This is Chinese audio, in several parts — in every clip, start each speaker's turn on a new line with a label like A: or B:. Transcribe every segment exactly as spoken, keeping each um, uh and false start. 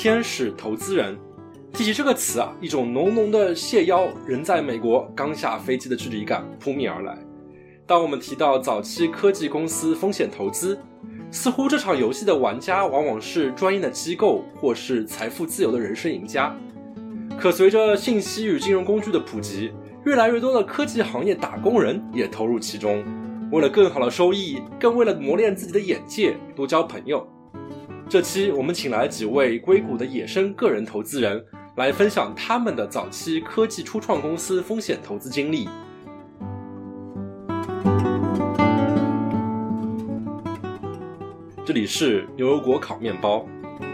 A: 天使投资人。提起这个词啊，一种浓浓的谢邀人在美国刚下飞机的距离感扑面而来。当我们提到早期科技公司风险投资，似乎这场游戏的玩家往往是专业的机构或是财富自由的人生赢家。可随着信息与金融工具的普及，越来越多的科技行业打工人也投入其中，为了更好的收益，更为了磨练自己的眼界，多交朋友。这期我们请来几位硅谷的野生个人投资人，来分享他们的早期科技初创公司风险投资经历。这里是牛油果烤面包。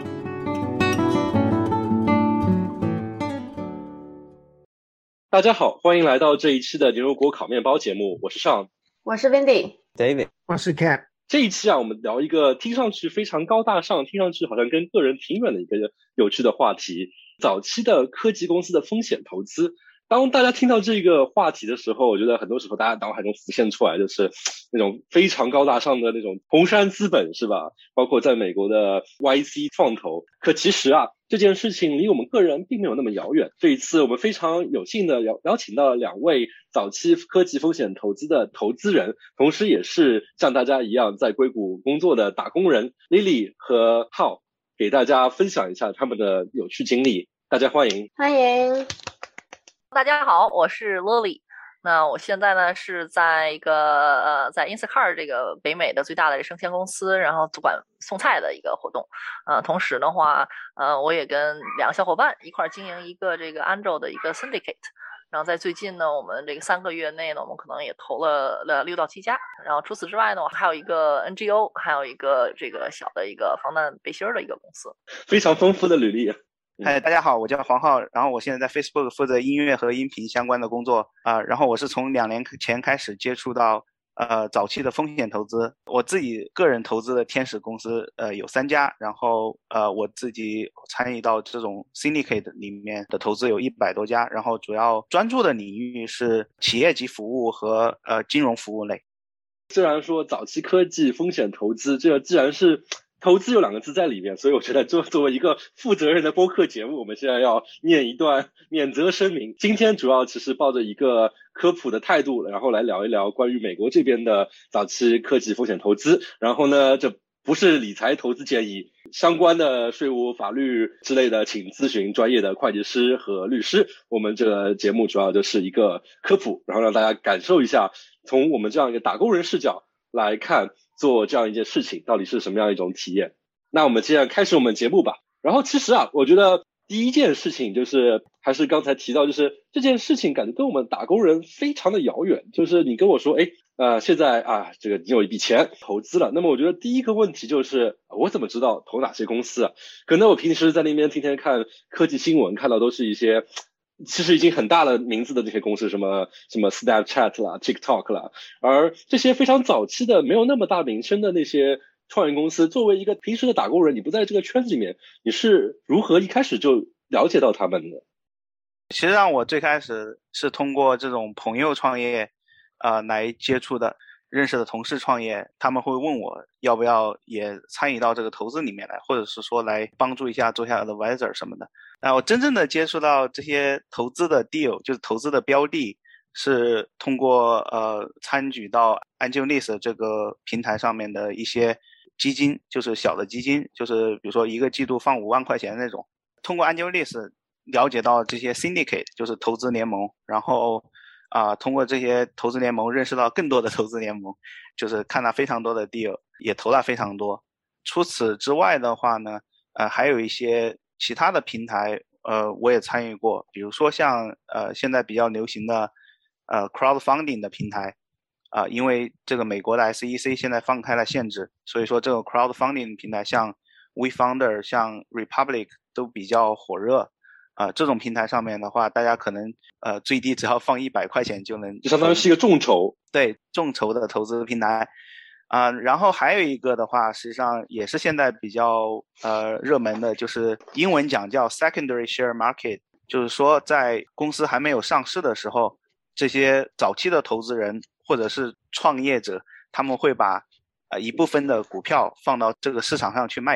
A: 大家好，欢迎来到这一期的牛油果烤面包节目，我是Sean，
B: 我是 Wendy，David，
C: 我是 Cat。
A: 这一期啊，我们聊一个听上去非常高大上，听上去好像跟个人挺远的一个有趣的话题，早期的科技公司的风险投资。当大家听到这个话题的时候，我觉得很多时候大家脑海中浮现出来就是那种非常高大上的那种红杉资本，是吧？包括在美国的 Y C 创投。可其实啊，这件事情离我们个人并没有那么遥远。这一次我们非常有幸的邀邀请到了两位早期科技风险投资的投资人，同时也是像大家一样在硅谷工作的打工人 Lily 和 Hao， 给大家分享一下他们的有趣经历。大家欢迎。
B: 欢迎。
D: 大家好，我是 Lily。那我现在呢是在一个呃在 Instacart 这个北美的最大的生鲜公司，然后主管送菜的一个活动。呃，同时的话，呃，我也跟两个小伙伴一块经营一个这个 Angel 的一个 Syndicate。然后在最近呢，我们这个三个月内呢，我们可能也投了了六到七家。然后除此之外呢，我还有一个 N G O， 还有一个这个小的一个防弹背心的一个公司。
A: 非常丰富的履历。
C: 嗨，大家好，我叫黄浩，然后我现在在 Facebook 负责音乐和音频相关的工作啊、呃，然后我是从两年前开始接触到呃早期的风险投资，我自己个人投资的天使公司呃有三家，然后呃我自己参与到这种 syndicate 里面的投资有一百多家，然后主要专注的领域是企业级服务和呃金融服务类。
A: 虽然说早期科技风险投资，这个既然是投资有两个字在里面，所以我觉得作作为一个负责任的播客节目，我们现在要念一段免责声明。今天主要其实抱着一个科普的态度，然后来聊一聊关于美国这边的早期科技风险投资。然后呢，这不是理财投资建议，相关的税务法律之类的请咨询专业的会计师和律师。我们这个节目主要就是一个科普，然后让大家感受一下从我们这样一个打工人视角来看做这样一件事情到底是什么样一种体验。那我们接下来开始我们节目吧。然后其实啊，我觉得第一件事情就是还是刚才提到，就是这件事情感觉跟我们打工人非常的遥远。就是你跟我说诶呃，现在啊，这个你有一笔钱投资了，那么我觉得第一个问题就是我怎么知道投哪些公司啊？可能我平时在那边天天看科技新闻，看到都是一些其实已经很大的名字的这些公司，什么什么 Snapchat 啦 TikTok 啦，而这些非常早期的没有那么大名声的那些创业公司，作为一个平时的打工人，你不在这个圈子里面，你是如何一开始就了解到他们的？
C: 其实让我最开始是通过这种朋友创业呃来接触的，认识的同事创业，他们会问我要不要也参与到这个投资里面来，或者是说来帮助一下做一下 advisor 什么的。然后真正的接触到这些投资的 deal， 就是投资的标的，是通过呃参与到 AngelList 这个平台上面的一些基金，就是小的基金，就是比如说一个季度放五万块钱那种。通过 AngelList 了解到这些 syndicate， 就是投资联盟，然后啊、呃，通过这些投资联盟认识到更多的投资联盟，就是看了非常多的 deal， 也投了非常多。除此之外的话呢，呃，还有一些其他的平台，呃，我也参与过，比如说像呃现在比较流行的呃 crowdfunding 的平台，啊、呃，因为这个美国的 S E C 现在放开了限制，所以说这个 crowdfunding 平台像 WeFounder、像 Republic 都比较火热。啊、呃，这种平台上面的话，大家可能呃最低只要放一百块钱就能，
A: 就相当于是一个众筹，
C: 对，众筹的投资平台啊、呃。然后还有一个的话，实际上也是现在比较呃热门的，就是英文讲叫 secondary share market， 就是说在公司还没有上市的时候，这些早期的投资人或者是创业者，他们会把呃一部分的股票放到这个市场上去卖掉。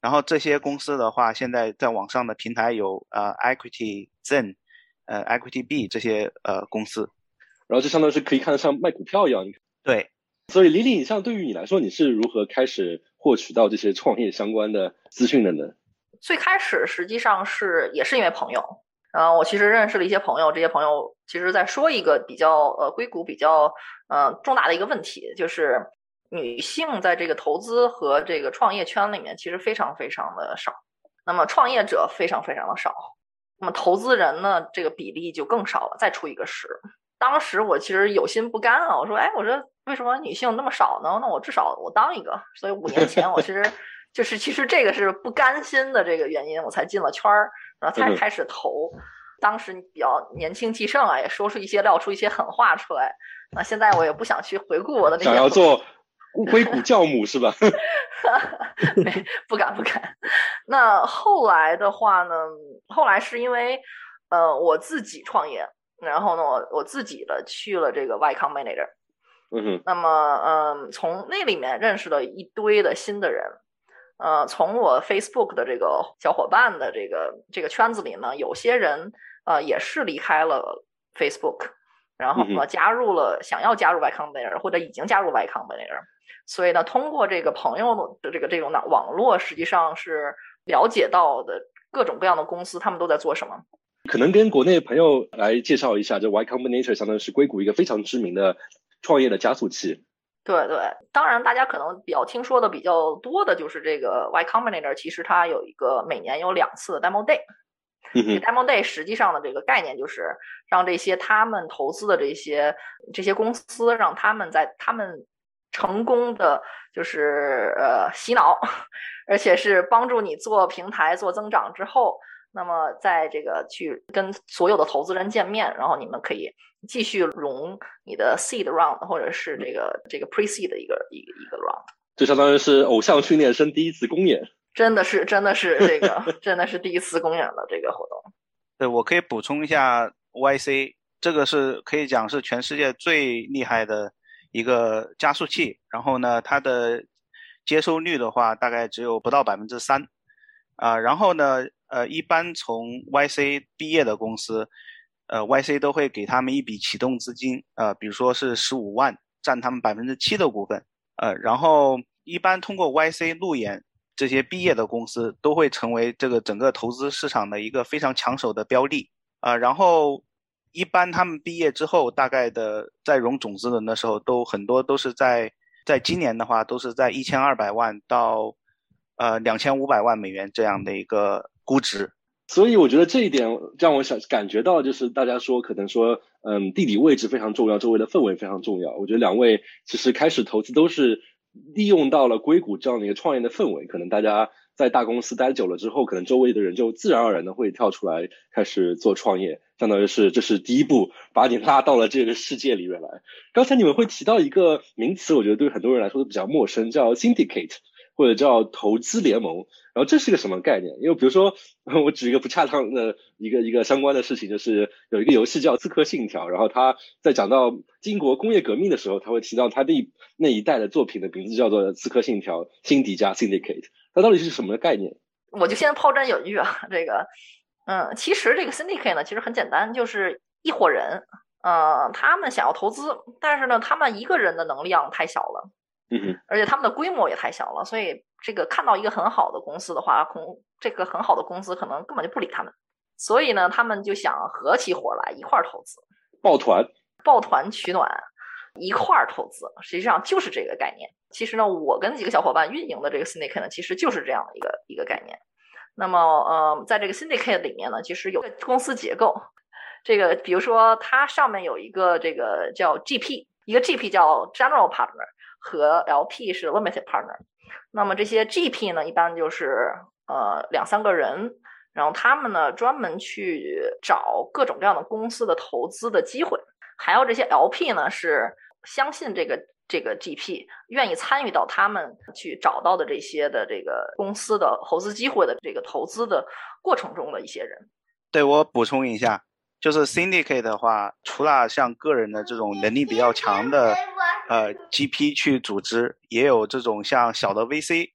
C: 然后这些公司的话，现在在网上的平台有呃 Equity Zen、呃 Equity B 这些呃公司，
A: 然后就相当于是可以看得像卖股票一样。
C: 对，
A: 所以李李，像对于你来说，你是如何开始获取到这些创业相关的资讯的呢？
D: 最开始实际上是也是因为朋友，然后我其实认识了一些朋友，这些朋友其实在说一个比较呃硅谷比较呃重大的一个问题，就是女性在这个投资和这个创业圈里面其实非常非常的少，那么创业者非常非常的少，那么投资人呢这个比例就更少了，再除一个十。当时我其实有心不甘啊，我说哎，我说为什么女性那么少呢？那我至少我当一个。所以五年前我其实就是其实这个是不甘心的这个原因，我才进了圈儿，然后才开始投。当时比较年轻气盛啊，也说出一些撂出一些狠话出来。那现在我也不想去回顾我的那些。
A: 想要做硅谷教母是吧？
D: 不敢不敢。那后来的话呢？后来是因为呃我自己创业。然后呢，我我自己的去了这个 Y Combinator，
A: 嗯哼，
D: 那么嗯，从那里面认识了一堆的新的人，呃，从我 Facebook 的这个小伙伴的这个这个圈子里呢，有些人呃也是离开了 Facebook， 然后呢加入了想要加入 Y Combinator 或者已经加入 Y Combinator， 所以呢，通过这个朋友的这个这种网络，实际上是了解到的各种各样的公司他们都在做什么。
A: 可能跟国内朋友来介绍一下，这 Y Combinator 相当于是硅谷一个非常知名的创业的加速器。
D: 对对，当然大家可能比较听说的比较多的就是这个 Y Combinator， 其实它有一个每年有两次的 Demo Day。
A: 嗯哼，
D: Demo Day 实际上的这个概念就是让这些他们投资的这些这些公司，让他们在他们成功的就是呃洗脑，而且是帮助你做平台做增长之后。那么在这个去跟所有的投资人见面，然后你们可以继续融你的 seed round 或者是这个这个 pre seed 的一个一个一个 round，
A: 就相当于是偶像训练生第一次公演，
D: 真的是真的是这个真的是第一次公演的这个活动。
C: 对，我可以补充一下 Y C， 这个是可以讲是全世界最厉害的一个加速器，然后呢，它的接收率的话大概只有不到百分之三。啊、呃，然后呢，呃，一般从 Y C 毕业的公司，呃 ，Y C 都会给他们一笔启动资金，呃，比如说是十五万，占他们百分之七的股份，呃，然后一般通过 Y C 路演这些毕业的公司，都会成为这个整个投资市场的一个非常抢手的标的，啊、呃，然后一般他们毕业之后，大概的在融种子轮的时候，都很多都是在在今年的话，都是在一千二百万到。呃，两千五百万美元这样的一个估值，
A: 所以我觉得这一点让我想感觉到，就是大家说可能说，嗯，地理位置非常重要，周围的氛围非常重要。我觉得两位其实开始投资都是利用到了硅谷这样的一个创业的氛围，可能大家在大公司待久了之后，可能周围的人就自然而然的会跳出来开始做创业，相当于是这是第一步，把你拉到了这个世界里面来。刚才你们会提到一个名词，我觉得对很多人来说都比较陌生，叫 syndicate。或者叫投资联盟，然后这是个什么概念？因为比如说，我举一个不恰当的一个一个相关的事情，就是有一个游戏叫《刺客信条》，然后他在讲到英国工业革命的时候，他会提到他那那一代的作品的名字叫做《刺客信条：辛迪加 Syndicate》，它到底是什么概念？
D: 我就先抛砖引玉啊，这个，嗯，其实这个 Syndicate 呢，其实很简单，就是一伙人，呃，他们想要投资，但是呢，他们一个人的能量太小了。
A: 嗯，
D: 而且他们的规模也太小了，所以这个看到一个很好的公司的话，公这个很好的公司可能根本就不理他们，所以呢，他们就想合起伙来一块儿投资，
A: 抱团，
D: 抱团取暖，一块儿投资，实际上就是这个概念。其实呢，我跟几个小伙伴运营的这个 syndicate 呢，其实就是这样的一个一个概念。那么，呃，在这个 syndicate 里面呢，其实有公司结构，这个比如说它上面有一个这个叫 G P， 一个 G P 叫 General Partner。和 L P 是 Limited Partner， 那么这些 G P 呢，一般就是呃两三个人，然后他们呢专门去找各种各样的公司的投资的机会，还有这些 L P 呢是相信这个这个 G P 愿意参与到他们去找到的这些的这个公司的投资机会的这个投资的过程中的一些人。
C: 对，我补充一下，就是 Syndicate 的话，除了像个人的这种能力比较强的呃 G P 去组织，也有这种像小的 V C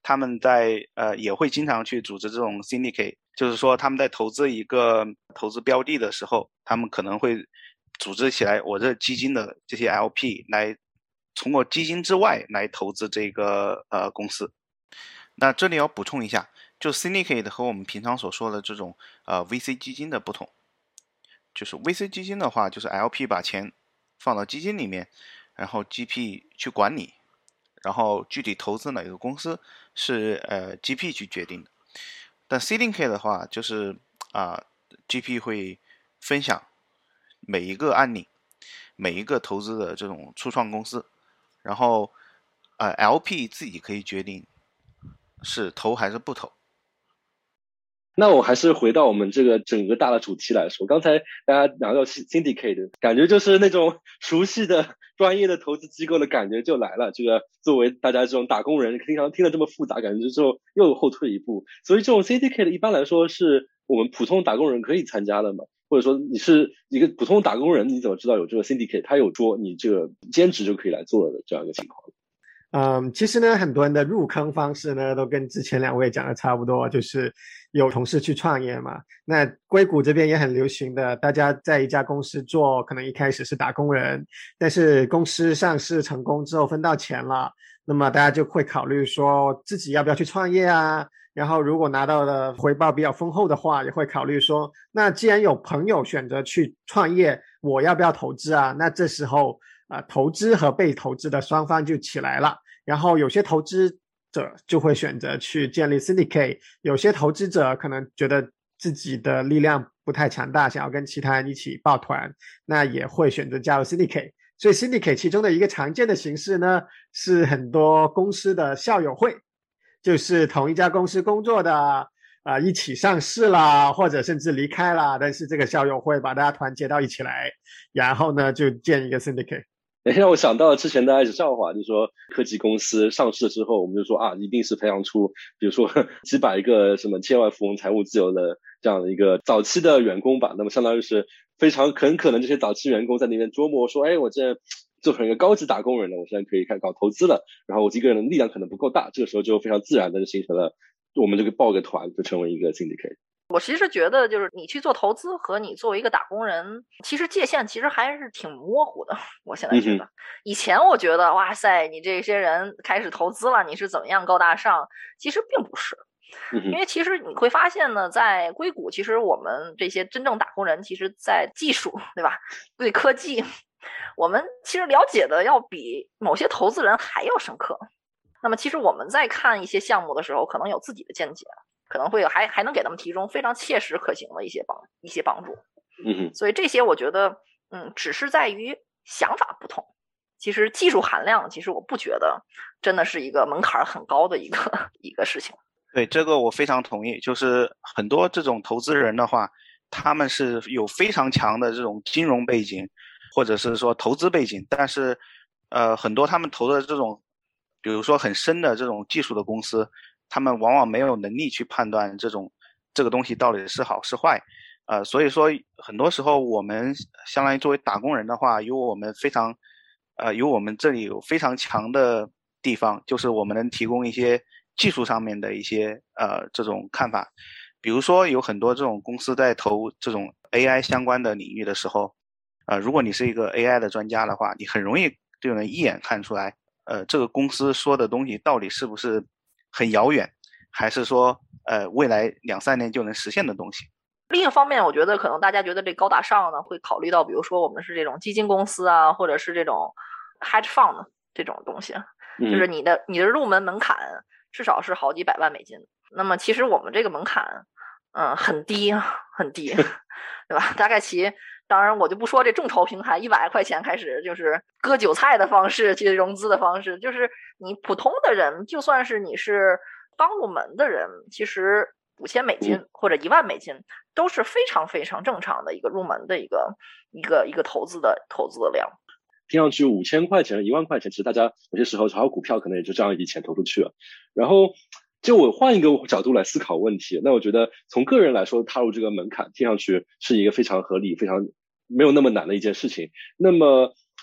C: 他们在呃也会经常去组织这种 syndicate， 就是说他们在投资一个投资标的的时候，他们可能会组织起来我这基金的这些 L P 来通过基金之外来投资这个呃公司。那这里要补充一下，就 syndicate 和我们平常所说的这种呃 V C 基金的不同，就是 V C 基金的话，就是 L P 把钱放到基金里面，然后 G P 去管理，然后具体投资哪个公司是呃 G P 去决定的。但 syndicate 的话，就是啊、呃、G P 会分享每一个案例，每一个投资的这种初创公司，然后呃 L P 自己可以决定是投还是不投。
A: 那我还是回到我们这个整个大的主题来说，刚才大家聊到 syndicate， 感觉就是那种熟悉的专业的投资机构的感觉就来了。这个作为大家这种打工人，经常听得这么复杂，感觉就又后退一步。所以这种 syndicate 一般来说是我们普通打工人可以参加的嘛？或者说你是一个普通打工人，你怎么知道有这个 syndicate？ 他有说你这个兼职就可以来做的这样一个情况？
E: 嗯，其实呢，很多人的入坑方式呢，都跟之前两位讲的差不多，就是有同事去创业嘛。那硅谷这边也很流行的，大家在一家公司做，可能一开始是打工人，但是公司上市成功之后分到钱了，那么大家就会考虑说自己要不要去创业啊。然后如果拿到的回报比较丰厚的话，也会考虑说，那既然有朋友选择去创业，我要不要投资啊？那这时候啊、呃，投资和被投资的双方就起来了。然后有些投资者就会选择去建立 syndicate， 有些投资者可能觉得自己的力量不太强大，想要跟其他人一起抱团，那也会选择加入 syndicate。 所以 syndicate 其中的一个常见的形式呢，是很多公司的校友会，就是同一家公司工作的啊、呃，一起上市啦，或者甚至离开啦，但是这个校友会把大家团结到一起来，然后呢就建一个 syndicate。
A: 让我想到之前大家一直笑话，就是说科技公司上市之后，我们就说啊，一定是培养出比如说几百个什么千万富翁、财务自由的这样的一个早期的员工吧。那么相当于是非常很可能这些早期员工在那边琢磨说，哎，我这做成一个高级打工人了，我现在可以开始搞投资了。然后我一个人的力量可能不够大，这个时候就非常自然的就形成了我们这个报个团，就成为一个 syndicate。
D: 我其实觉得，就是你去做投资和你作为一个打工人，其实界限其实还是挺模糊的。我现在觉得，以前我觉得，哇塞，你这些人开始投资了，你是怎么样高大上？其实并不是，因为其实你会发现呢，在硅谷，其实我们这些真正打工人，其实在技术，对吧？对科技，我们其实了解的要比某些投资人还要深刻。那么，其实我们在看一些项目的时候，可能有自己的见解。可能会有还还能给他们提供非常切实可行的一些帮一些帮助，
A: 嗯，
D: 所以这些我觉得，嗯，只是在于想法不同。其实技术含量，其实我不觉得真的是一个门槛很高的一个一个事情。
C: 对，这个我非常同意。就是很多这种投资人的话，他们是有非常强的这种金融背景，或者是说投资背景，但是呃，很多他们投的这种，比如说很深的这种技术的公司。他们往往没有能力去判断这种这个东西到底是好是坏，呃，所以说很多时候我们相当于作为打工人的话，有我们非常，呃，有我们这里有非常强的地方，就是我们能提供一些技术上面的一些呃这种看法，比如说有很多这种公司在投这种 A I 相关的领域的时候，呃，如果你是一个 A I 的专家的话，你很容易就能一眼看出来，呃，这个公司说的东西到底是不是很遥远，还是说呃未来两三年就能实现的东西。
D: 另一方面，我觉得可能大家觉得这高大上呢，会考虑到比如说我们是这种基金公司啊，或者是这种 hedge fund 这种东西，就是你的你的入门门槛至少是好几百万美金。那么其实我们这个门槛嗯很低很低对吧？大概其当然我就不说这众筹平台一百块钱开始就是割韭菜的方式去融资的方式，就是你普通的人，就算是你是刚入门的人，其实五千美金或者一万美金都是非常非常正常的一个入门的一个一个一个投资的投资的量。
A: 听上去五千块钱一万块钱，其实大家有些时候炒股票可能也就这样一笔钱投出去了。然后就我换一个角度来思考问题，那我觉得从个人来说踏入这个门槛听上去是一个非常合理非常没有那么难的一件事情。那么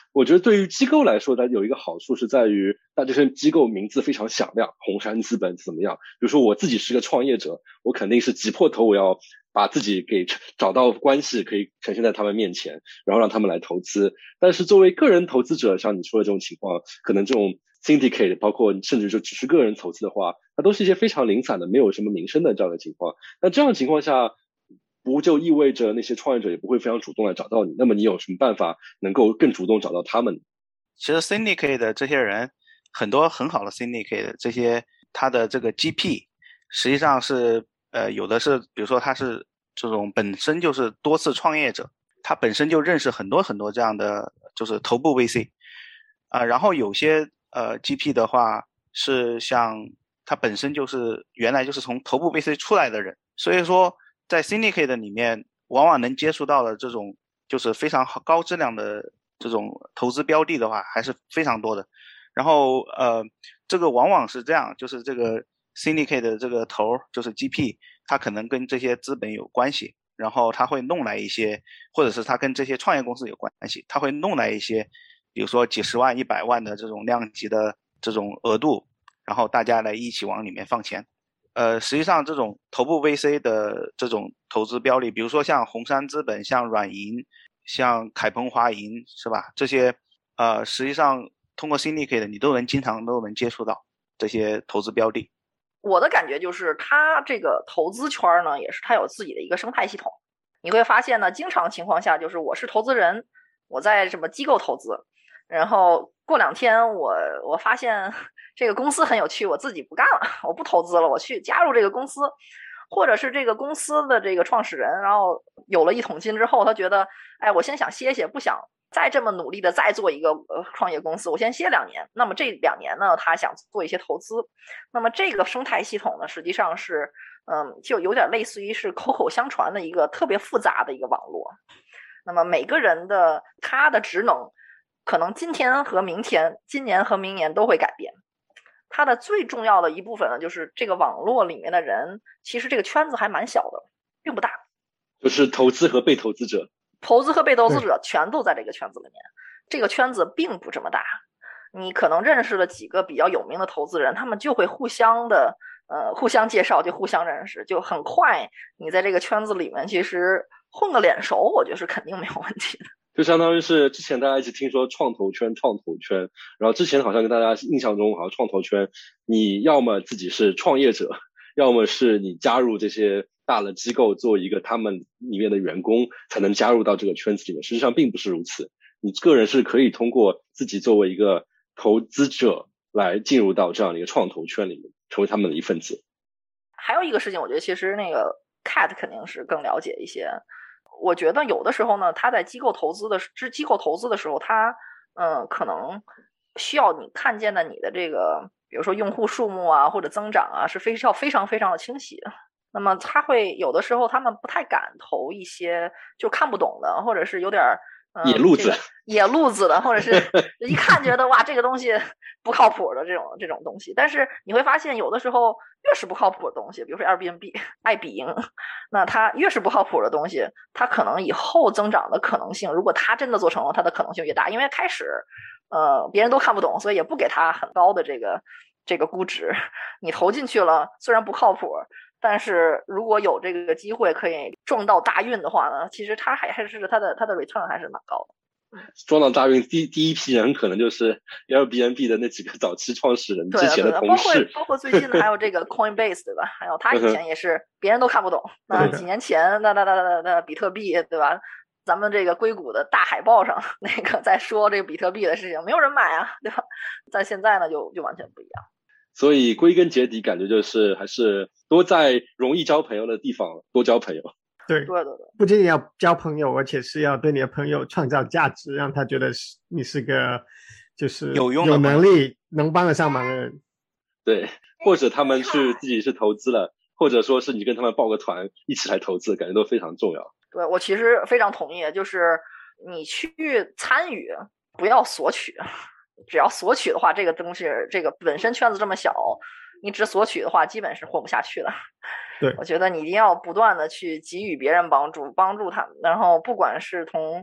A: 我觉得对于机构来说，它有一个好处是在于，那这些机构名字非常响亮，红杉资本怎么样？比如说我自己是个创业者，我肯定是挤破头，我要把自己给找到关系，可以呈现在他们面前，然后让他们来投资。但是作为个人投资者，像你说的这种情况，可能这种 syndicate 包括甚至就只是个人投资的话，它都是一些非常零散的，没有什么名声的这样的情况。那这样的情况下，不就意味着那些创业者也不会非常主动来找到你？那么你有什么办法能够更主动找到他们？
C: 其实 syndicate 的这些人，很多很好的 syndicate 的这些他的这个 G P 实际上是呃有的是，比如说他是这种本身就是多次创业者，他本身就认识很多很多这样的就是头部 V C 啊、呃，然后有些呃 G P 的话是像他本身就是原来就是从头部 V C 出来的人，所以说在 syndicate 里面往往能接触到的这种就是非常高质量的这种投资标的的话还是非常多的。然后呃这个往往是这样，就是这个 syndicate 的这个头就是 G P 他可能跟这些资本有关系，然后他会弄来一些，或者是他跟这些创业公司有关系，他会弄来一些比如说几十万一百万的这种量级的这种额度，然后大家来一起往里面放钱。呃，实际上这种头部 V C 的这种投资标的，比如说像红杉资本、像软银、像凯鹏华银，是吧？这些呃，实际上通过 syndicate 你都能经常都能接触到这些投资标的。
D: 我的感觉就是，它这个投资圈呢，也是它有自己的一个生态系统。你会发现呢，经常情况下就是我是投资人，我在什么机构投资，然后过两天我我发现这个公司很有趣，我自己不干了，我不投资了，我去加入这个公司，或者是这个公司的这个创始人，然后有了一桶金之后，他觉得，哎，我先想歇歇，不想再这么努力的再做一个呃创业公司，我先歇两年。那么这两年呢，他想做一些投资。那么这个生态系统呢，实际上是，嗯，就有点类似于是口口相传的一个特别复杂的一个网络。那么每个人的他的职能，可能今天和明天、今年和明年都会改变。它的最重要的一部分呢，就是这个网络里面的人，其实这个圈子还蛮小的，并不大。
A: 就是投资和被投资者，
D: 投资和被投资者全都在这个圈子里面。这个圈子并不这么大，你可能认识了几个比较有名的投资人，他们就会互相的呃互相介绍，就互相认识，就很快你在这个圈子里面其实混个脸熟，我觉得是肯定没有问题的。
A: 就相当于是之前大家一直听说创投圈创投圈，然后之前好像跟大家印象中好像创投圈你要么自己是创业者，要么是你加入这些大的机构做一个他们里面的员工才能加入到这个圈子里面，实际上并不是如此，你个人是可以通过自己作为一个投资者来进入到这样的一个创投圈里面，成为他们的一份子。
D: 还有一个事情，我觉得其实那个 Cat 肯定是更了解一些。我觉得有的时候呢，他在机构投资的是机构投资的时候，他嗯、呃、可能需要你看见的你的这个，比如说用户数目啊或者增长啊，是非常非常非常的清晰的。那么他会有的时候他们不太敢投一些就看不懂的，或者是有点嗯、
A: 野路子、这个、
D: 野路子的，或者是一看觉得哇这个东西不靠谱的这种这种东西。但是你会发现有的时候越是不靠谱的东西，比如说 Airbnb、爱彼迎，那它越是不靠谱的东西，它可能以后增长的可能性，如果它真的做成了，它的可能性越大。因为开始呃别人都看不懂，所以也不给它很高的这个这个估值。你投进去了，虽然不靠谱，但是如果有这个机会可以撞到大运的话呢，其实它还还是它的它的 return 还是蛮高的。
A: 撞到大运第第一批人可能就是 Airbnb 的那几个早期创始人之前的同事，
D: 包括包括最近还有这个 Coinbase 对吧？还有他以前也是别人都看不懂，那几年前那那那那那比特币对吧？咱们这个硅谷的大海报上那个在说这个比特币的事情，没有人买啊，对吧？但现在呢就就完全不一样。
A: 所以归根结底，感觉就是还是多在容易交朋友的地方多交朋友。
E: 对
D: 对对对，
E: 不仅仅要交朋友，而且是要对你的朋友创造价值，让他觉得你是个就是
C: 有用
E: 有能力能帮得上忙的人。
A: 对，或者他们去自己是投资了，或者说是你跟他们报个团一起来投资，感觉都非常重要。
D: 对，我其实非常同意，就是你去参与，不要索取。只要索取的话，这个东西这个本身圈子这么小，你只索取的话，基本是活不下去的。
E: 对，
D: 我觉得你一定要不断的去给予别人帮助，帮助他们，然后不管是从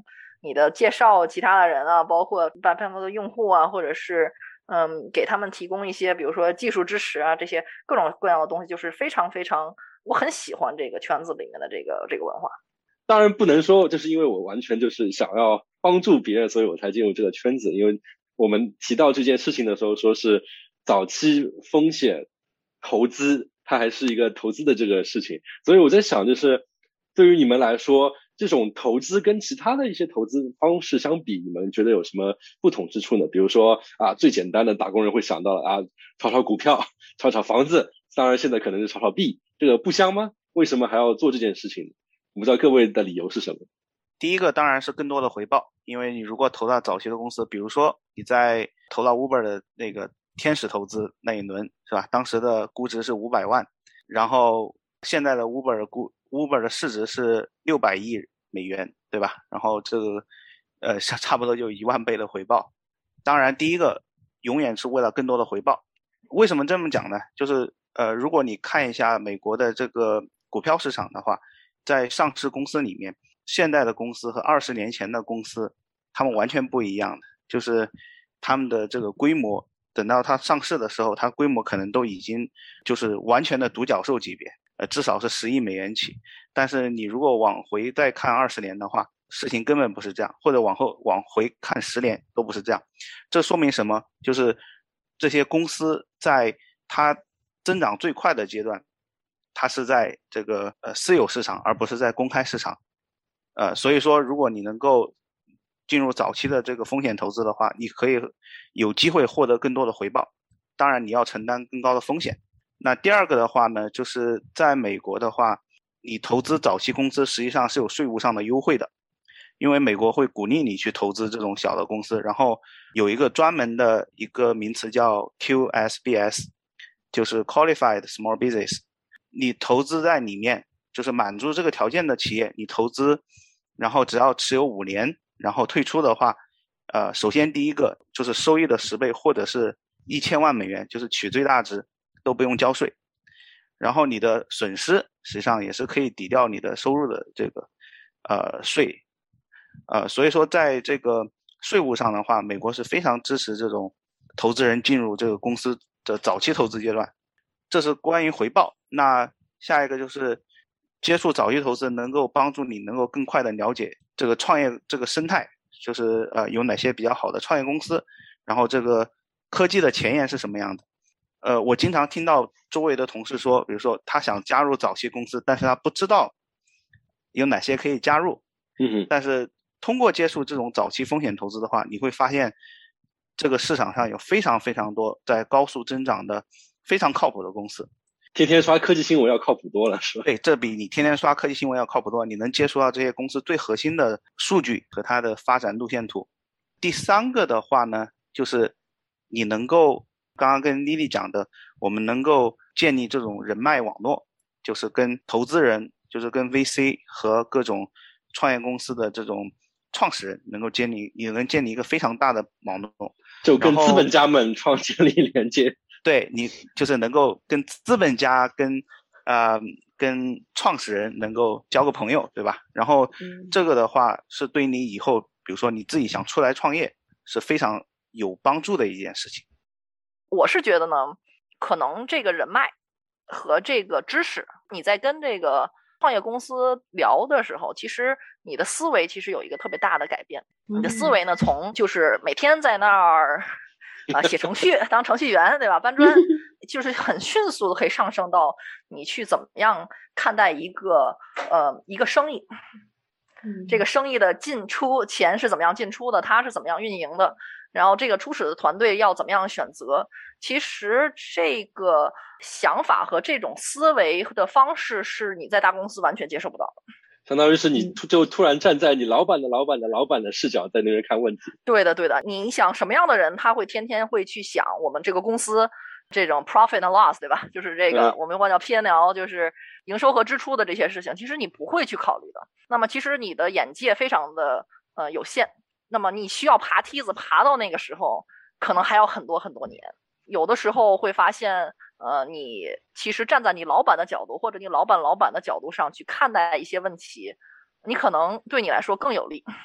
D: 你的介绍其他的人啊，包括办办公的用户啊，或者是嗯给他们提供一些比如说技术支持啊，这些各种各样的东西，就是非常非常我很喜欢这个圈子里面的这个这个文化。
A: 当然不能说就是因为我完全就是想要帮助别人，所以我才进入这个圈子。因为我们提到这件事情的时候，说是早期风险投资，它还是一个投资的这个事情。所以我在想，就是对于你们来说，这种投资跟其他的一些投资方式相比，你们觉得有什么不同之处呢？比如说啊，最简单的打工人会想到的啊，炒炒股票，炒炒房子，当然现在可能是炒炒币，这个不香吗？为什么还要做这件事情呢？我不知道各位的理由是什么。
C: 第一个当然是更多的回报，因为你如果投到早期的公司，比如说你在投到 Uber 的那个天使投资那一轮，是吧？当时的估值是五百万，然后现在的 Uber 的估 Uber 的市值是六百亿美元，对吧？然后这个呃差不多就一万倍的回报。当然第一个永远是为了更多的回报。为什么这么讲呢？就是呃如果你看一下美国的这个股票市场的话，在上市公司里面，现在的公司和二十年前的公司他们完全不一样的，就是他们的这个规模，等到它上市的时候，它规模可能都已经就是完全的独角兽级别，呃，至少是十亿美元起。但是你如果往回再看二十年的话，事情根本不是这样，或者往后往回看十年都不是这样。这说明什么？就是这些公司在它增长最快的阶段，它是在这个呃私有市场，而不是在公开市场。呃，所以说，如果你能够进入早期的这个风险投资的话，你可以有机会获得更多的回报。当然，你要承担更高的风险。那第二个的话呢，就是在美国的话，你投资早期公司实际上是有税务上的优惠的，因为美国会鼓励你去投资这种小的公司，然后有一个专门的一个名词叫 Q S B S， 就是 Qualified Small Business。你投资在里面，就是满足这个条件的企业，你投资，然后只要持有五年，然后退出的话，呃，首先第一个就是收益的十倍，或者是一千万美元，就是取最大值，都不用交税。然后你的损失实际上也是可以抵掉你的收入的这个呃税，呃，所以说在这个税务上的话，美国是非常支持这种投资人进入这个公司的早期投资阶段。这是关于回报。那下一个就是接触早期投资能够帮助你能够更快的了解这个创业这个生态，就是呃有哪些比较好的创业公司，然后这个科技的前沿是什么样的。呃，我经常听到周围的同事说，比如说他想加入早期公司，但是他不知道有哪些可以加入。
A: 嗯哼。
C: 但是通过接触这种早期风险投资的话，你会发现这个市场上有非常非常多在高速增长的非常靠谱的公司。
A: 天天刷科技新闻要靠谱多了，是吧？
C: 对，这比你天天刷科技新闻要靠谱多了。你能接触到这些公司最核心的数据和它的发展路线图。第三个的话呢，就是你能够刚刚跟 Lily 讲的，我们能够建立这种人脉网络，就是跟投资人，就是跟 V C 和各种创业公司的这种创始人能够建立，你能建立一个非常大的网络，
A: 就跟资本家们创建立连接。
C: 对，你就是能够跟资本家跟呃跟创始人能够交个朋友，对吧？然后这个的话是对你以后比如说你自己想出来创业是非常有帮助的一件事情。
D: 我是觉得呢，可能这个人脉和这个知识，你在跟这个创业公司聊的时候，其实你的思维其实有一个特别大的改变。你的思维呢，从就是每天在那儿啊，写程序当程序员，对吧？搬砖，就是很迅速的可以上升到你去怎么样看待一个呃一个生意，这个生意的进出，钱是怎么样进出的，它是怎么样运营的，然后这个初始的团队要怎么样选择。其实这个想法和这种思维的方式是你在大公司完全接受不到的。
A: 相当于是你就突然站在你老板的老板的老板的视角在那边看问题。
D: 对的对的，你想什么样的人他会天天会去想我们这个公司这种 profit and loss， 对吧？就是这个、嗯、我们管叫 P and L， 就是营收和支出的这些事情，其实你不会去考虑的。那么其实你的眼界非常的呃有限，那么你需要爬梯子爬到那个时候可能还要很多很多年。有的时候会发现呃，你其实站在你老板的角度或者你老板老板的角度上去看待一些问题，你可能对你来说更有利。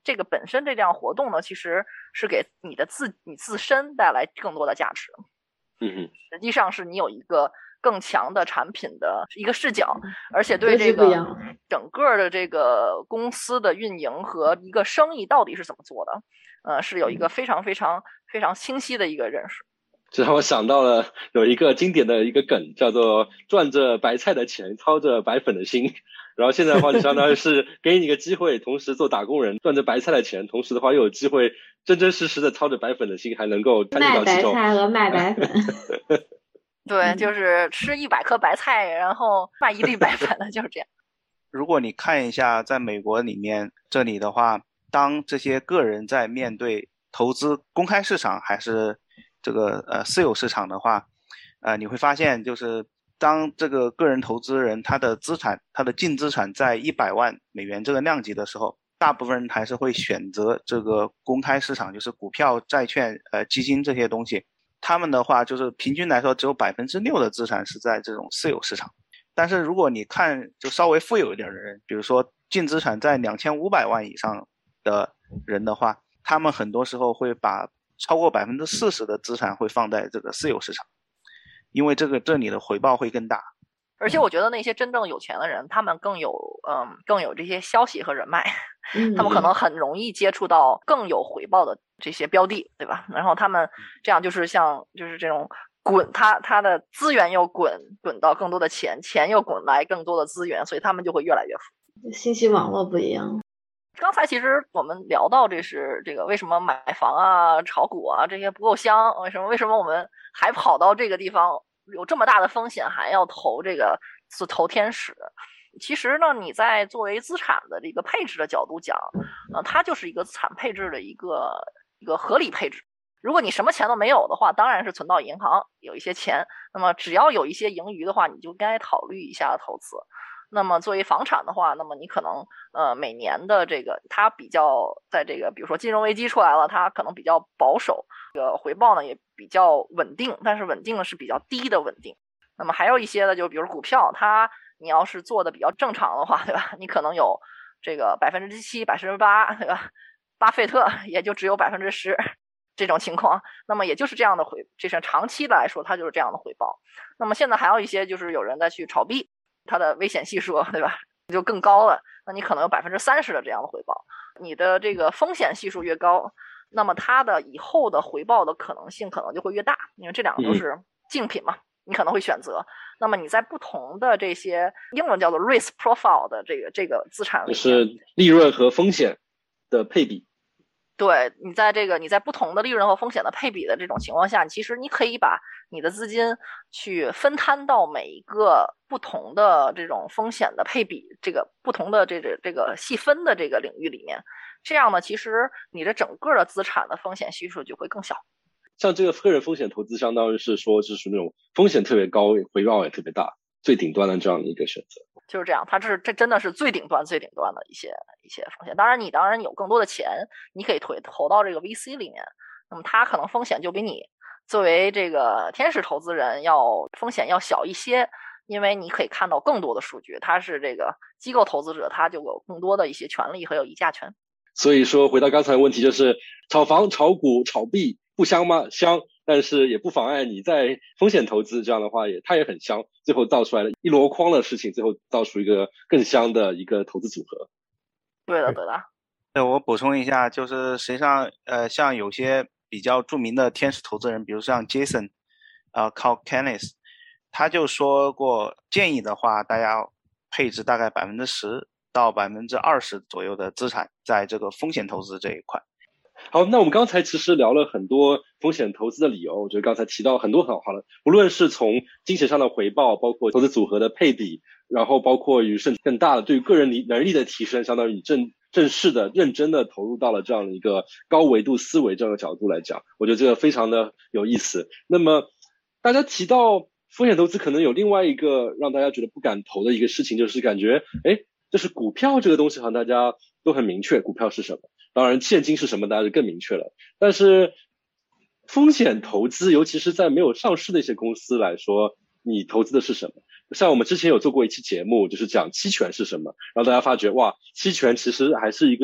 D: 这个本身这样活动呢，其实是给你的自你自身带来更多的价值。
A: 嗯，
D: 实际上是你有一个更强的产品的一个视角，而且对这个整个的这个公司的运营和一个生意到底是怎么做的，呃，是有一个非常非常非常清晰的一个认识。
A: 这让我想到了有一个经典的一个梗，叫做赚着白菜的钱，操着白粉的心。然后现在的话，就相当于是给你一个机会，同时做打工人，赚着白菜的钱，同时的话又有机会真真实实的操着白粉的心，还能够参与到其中。
B: 卖白菜和卖白粉。
D: 对，就是吃一百颗白菜，然后卖一粒白粉的，就是这样。
C: 如果你看一下在美国里面这里的话，当这些个人在面对投资公开市场还是这个呃私有市场的话，呃你会发现就是当这个个人投资人他的资产他的净资产在一百万美元这个量级的时候，大部分人还是会选择这个公开市场，就是股票、债券、呃基金这些东西。他们的话就是平均来说只有百分之六的资产是在这种私有市场。但是如果你看就稍微富有一点的人，比如说净资产在两千五百万以上的人的话，他们很多时候会把超过百分之四十的资产会放在这个私有市场，因为这个这里的回报会更大。
D: 而且我觉得那些真正有钱的人，他们更有嗯更有这些消息和人脉，他们可能很容易接触到更有回报的这些标的，对吧？然后他们这样就是像就是这种滚，他他的资源又滚滚到更多的钱，钱又滚来更多的资源，所以他们就会越来越富。
B: 信息网络不一样。
D: 刚才其实我们聊到这是这个为什么买房啊、炒股啊这些不够香，为什么为什么我们还跑到这个地方？有这么大的风险还要投这个是投天使，其实呢，你在作为资产的这个配置的角度讲，呃，它就是一个资产配置的一个一个合理配置。如果你什么钱都没有的话，当然是存到银行有一些钱，那么只要有一些盈余的话，你就该考虑一下投资。那么作为房产的话，那么你可能呃每年的这个它比较在这个比如说金融危机出来了，它可能比较保守，这个回报呢也比较稳定，但是稳定的是比较低的稳定。那么还有一些呢，就比如股票，它你要是做的比较正常的话，对吧？你可能有这个百分之七、百分之八，对吧？巴菲特也就只有百分之十这种情况，那么也就是这样的回，这是长期来说它就是这样的回报。那么现在还有一些就是有人在去炒币。它的危险系数，对吧，就更高了，那你可能有百分之三十的这样的回报。你的这个风险系数越高，那么它的以后的回报的可能性可能就会越大，因为这两个都是竞品嘛，你可能会选择。那么你在不同的这些英文叫做 risk profile 的这个这个资产里面，
A: 就是利润和风险的配比。
D: 对，你在这个你在不同的利润和风险的配比的这种情况下，其实你可以把你的资金去分摊到每一个不同的这种风险的配比，这个不同的这个这个细分的这个领域里面，这样呢，其实你的整个的资产的风险系数就会更小。
A: 像这个个人风险投资，相当于是说就是那种风险特别高，回报也特别大，最顶端的这样的一个选择。
D: 就是这样，它这是这真的是最顶端最顶端的一些一些风险。当然你当然有更多的钱，你可以投投到这个 V C 里面，那么它可能风险就比你作为这个天使投资人要风险要小一些，因为你可以看到更多的数据，它是这个机构投资者，他就有更多的一些权利和有议价权。
A: 所以说回到刚才的问题，就是炒房、炒股、炒币不香吗？香，但是也不妨碍你在风险投资，这样的话也它也很香，最后造出来了一箩筐的事情，最后造出一个更香的一个投资组合。
D: 对的对的。
C: 对，我补充一下，就是实际上呃像有些比较著名的天使投资人，比如像 Jason 呃 Calacanis， 他就说过建议的话大家配置大概百分之十到百分之二十左右的资产在这个风险投资这一块。
A: 好，那我们刚才其实聊了很多风险投资的理由，我觉得刚才提到很多很好的，无论是从金钱上的回报，包括投资组合的配比，然后包括于甚至更大的对于个人能力的提升，相当于你正正式的认真的投入到了这样的一个高维度思维这样的角度来讲，我觉得这个非常的有意思。那么大家提到风险投资，可能有另外一个让大家觉得不敢投的一个事情，就是感觉诶就是股票这个东西好像大家都很明确，股票是什么，当然现金是什么大家就更明确了，但是风险投资尤其是在没有上市的一些公司来说，你投资的是什么？像我们之前有做过一期节目，就是讲期权是什么，然后大家发觉哇，期权其实还是一个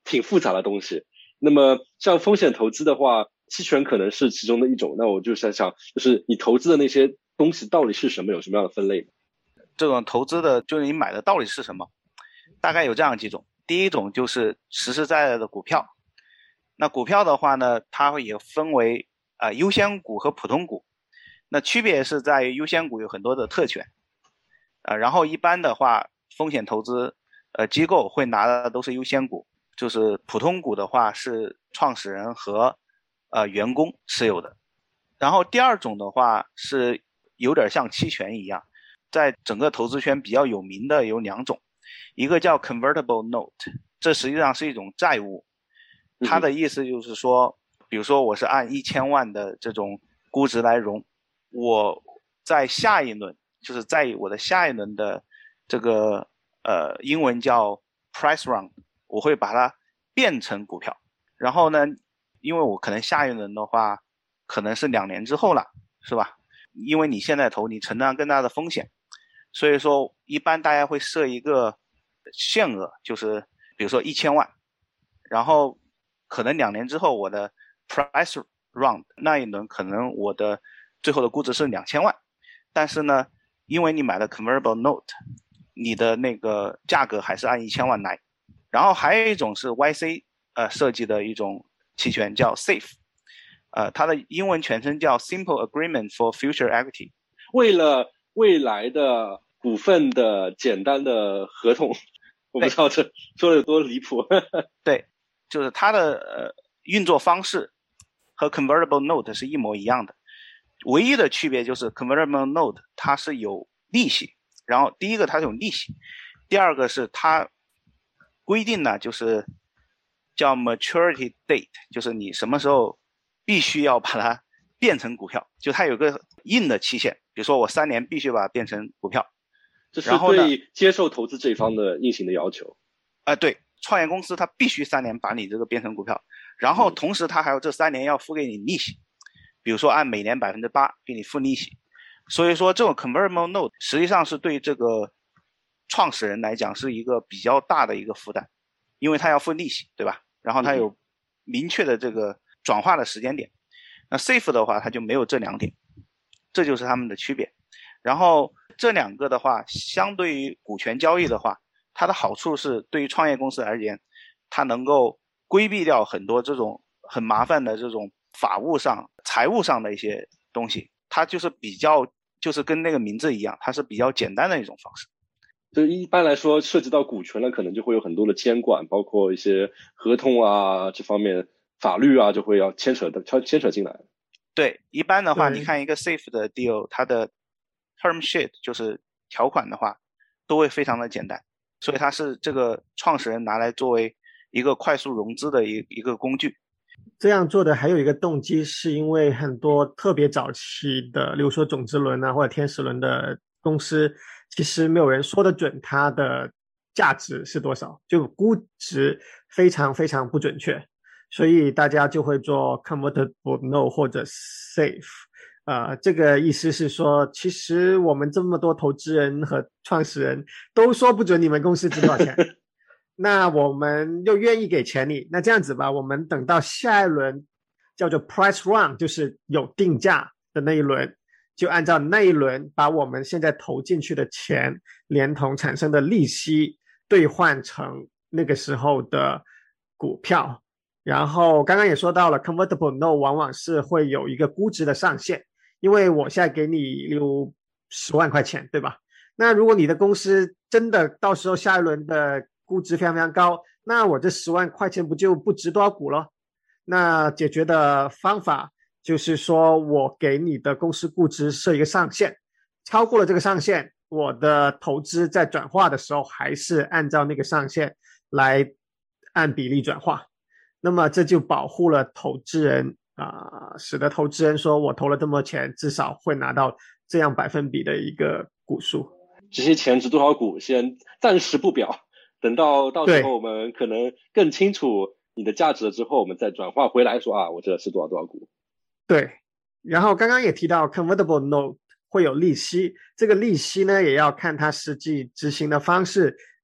A: 挺复杂的东西。那么像风险投资的话，期权可能是其中的一种。那我就想想，就是你投资的那些东西到底是什么，有什么样的分类？
C: 这种投资的，就是你买的到底是什么？大概有这样几种。第一种就是实实在在的股票。那股票的话呢，它也分为啊、呃、优先股和普通股。那区别是在于优先股有很多的特权，啊、呃，然后一般的话，风险投资呃机构会拿的都是优先股，就是普通股的话是创始人和呃员工持有的。然后第二种的话是有点像期权一样，在整个投资圈比较有名的有两种，一个叫 convertible note， 这实际上是一种债务，它的意思就是说，比如说我是按一千万的这种估值来融，我在下一轮，就是在我的下一轮的这个呃英文叫 price round， 我会把它变成股票。然后呢，因为我可能下一轮的话可能是两年之后了，是吧？因为你现在投，你承担更大的风险，所以说一般大家会设一个限额，就是比如说一千万，然后可能两年之后我的 price round 那一轮可能我的最后的估值是两千万，但是呢，因为你买的 convertible note， 你的那个价格还是按一千万来。然后还有一种是 Y C 呃设计的一种期权叫 safe， 呃它的英文全称叫 Simple Agreement for Future Equity，
A: 为了未来的股份的简单的合同。我不知道这说的有多离谱。
C: 对，就是它的呃运作方式和 convertible note 是一模一样的，唯一的区别就是 convertible note 它是有利息，然后第一个它是有利息，第二个是它规定呢就是叫 maturity date， 就是你什么时候必须要把它变成股票，就它有个硬的期限，比如说我三年必须把它变成股票。
A: 这是对接受投资这一方的硬性的要求。
C: 啊、呃，对，创业公司它必须三年把你这个变成股票，然后同时它还有这三年要付给你利息，比如说按每年百分之八给你付利息。所以说这种 convertible note 实际上是对这个创始人来讲是一个比较大的一个负担，因为他要付利息，对吧？然后他有明确的这个转化的时间点。那 safe 的话它就没有这两点，这就是他们的区别。然后这两个的话，相对于股权交易的话，它的好处是对于创业公司而言，它能够规避掉很多这种很麻烦的这种法务上、财务上的一些东西。它就是比较，就是跟那个名字一样，它是比较简单的一种方式。
A: 就一般来说，涉及到股权了，可能就会有很多的监管，包括一些合同啊这方面、法律啊，就会要牵扯的牵扯进来。
C: 对，一般的话，你看一个 safe 的 deal， 它的term sheet 就是条款的话都会非常的简单，所以它是这个创始人拿来作为一个快速融资的一一个工具。
E: 这样做的还有一个动机是因为很多特别早期的例如说种子轮啊或者天使轮的公司，其实没有人说得准它的价值是多少，就估值非常非常不准确，所以大家就会做 convertible note 或者 safe。呃，这个意思是说，其实我们这么多投资人和创始人都说不准你们公司值多少钱，那我们又愿意给钱你，那这样子吧，我们等到下一轮叫做 price round， 就是有定价的那一轮，就按照那一轮把我们现在投进去的钱连同产生的利息兑换成那个时候的股票。然后刚刚也说到了 convertible note 往往是会有一个估值的上限，因为我现在给你例如十万块钱，对吧？那如果你的公司真的到时候下一轮的估值非常非常高，那我这十万块钱不就不值多少股了？那解决的方法就是说我给你的公司估值设一个上限，超过了这个上限，我的投资在转化的时候还是按照那个上限来按比例转化。那么这就保护了投资人啊、呃，使得投资人说我投了这么多钱，至少会拿到这样百分比的一个股数。
A: 这些钱值多少股先暂时不表，等到到时候我们可能更清楚你的价值了之后，我们再转化回来说啊，我这是多少多少股。
E: 对，然后刚刚也提到 convertible note 会有利息，这个利息呢也要看它实际执行的方式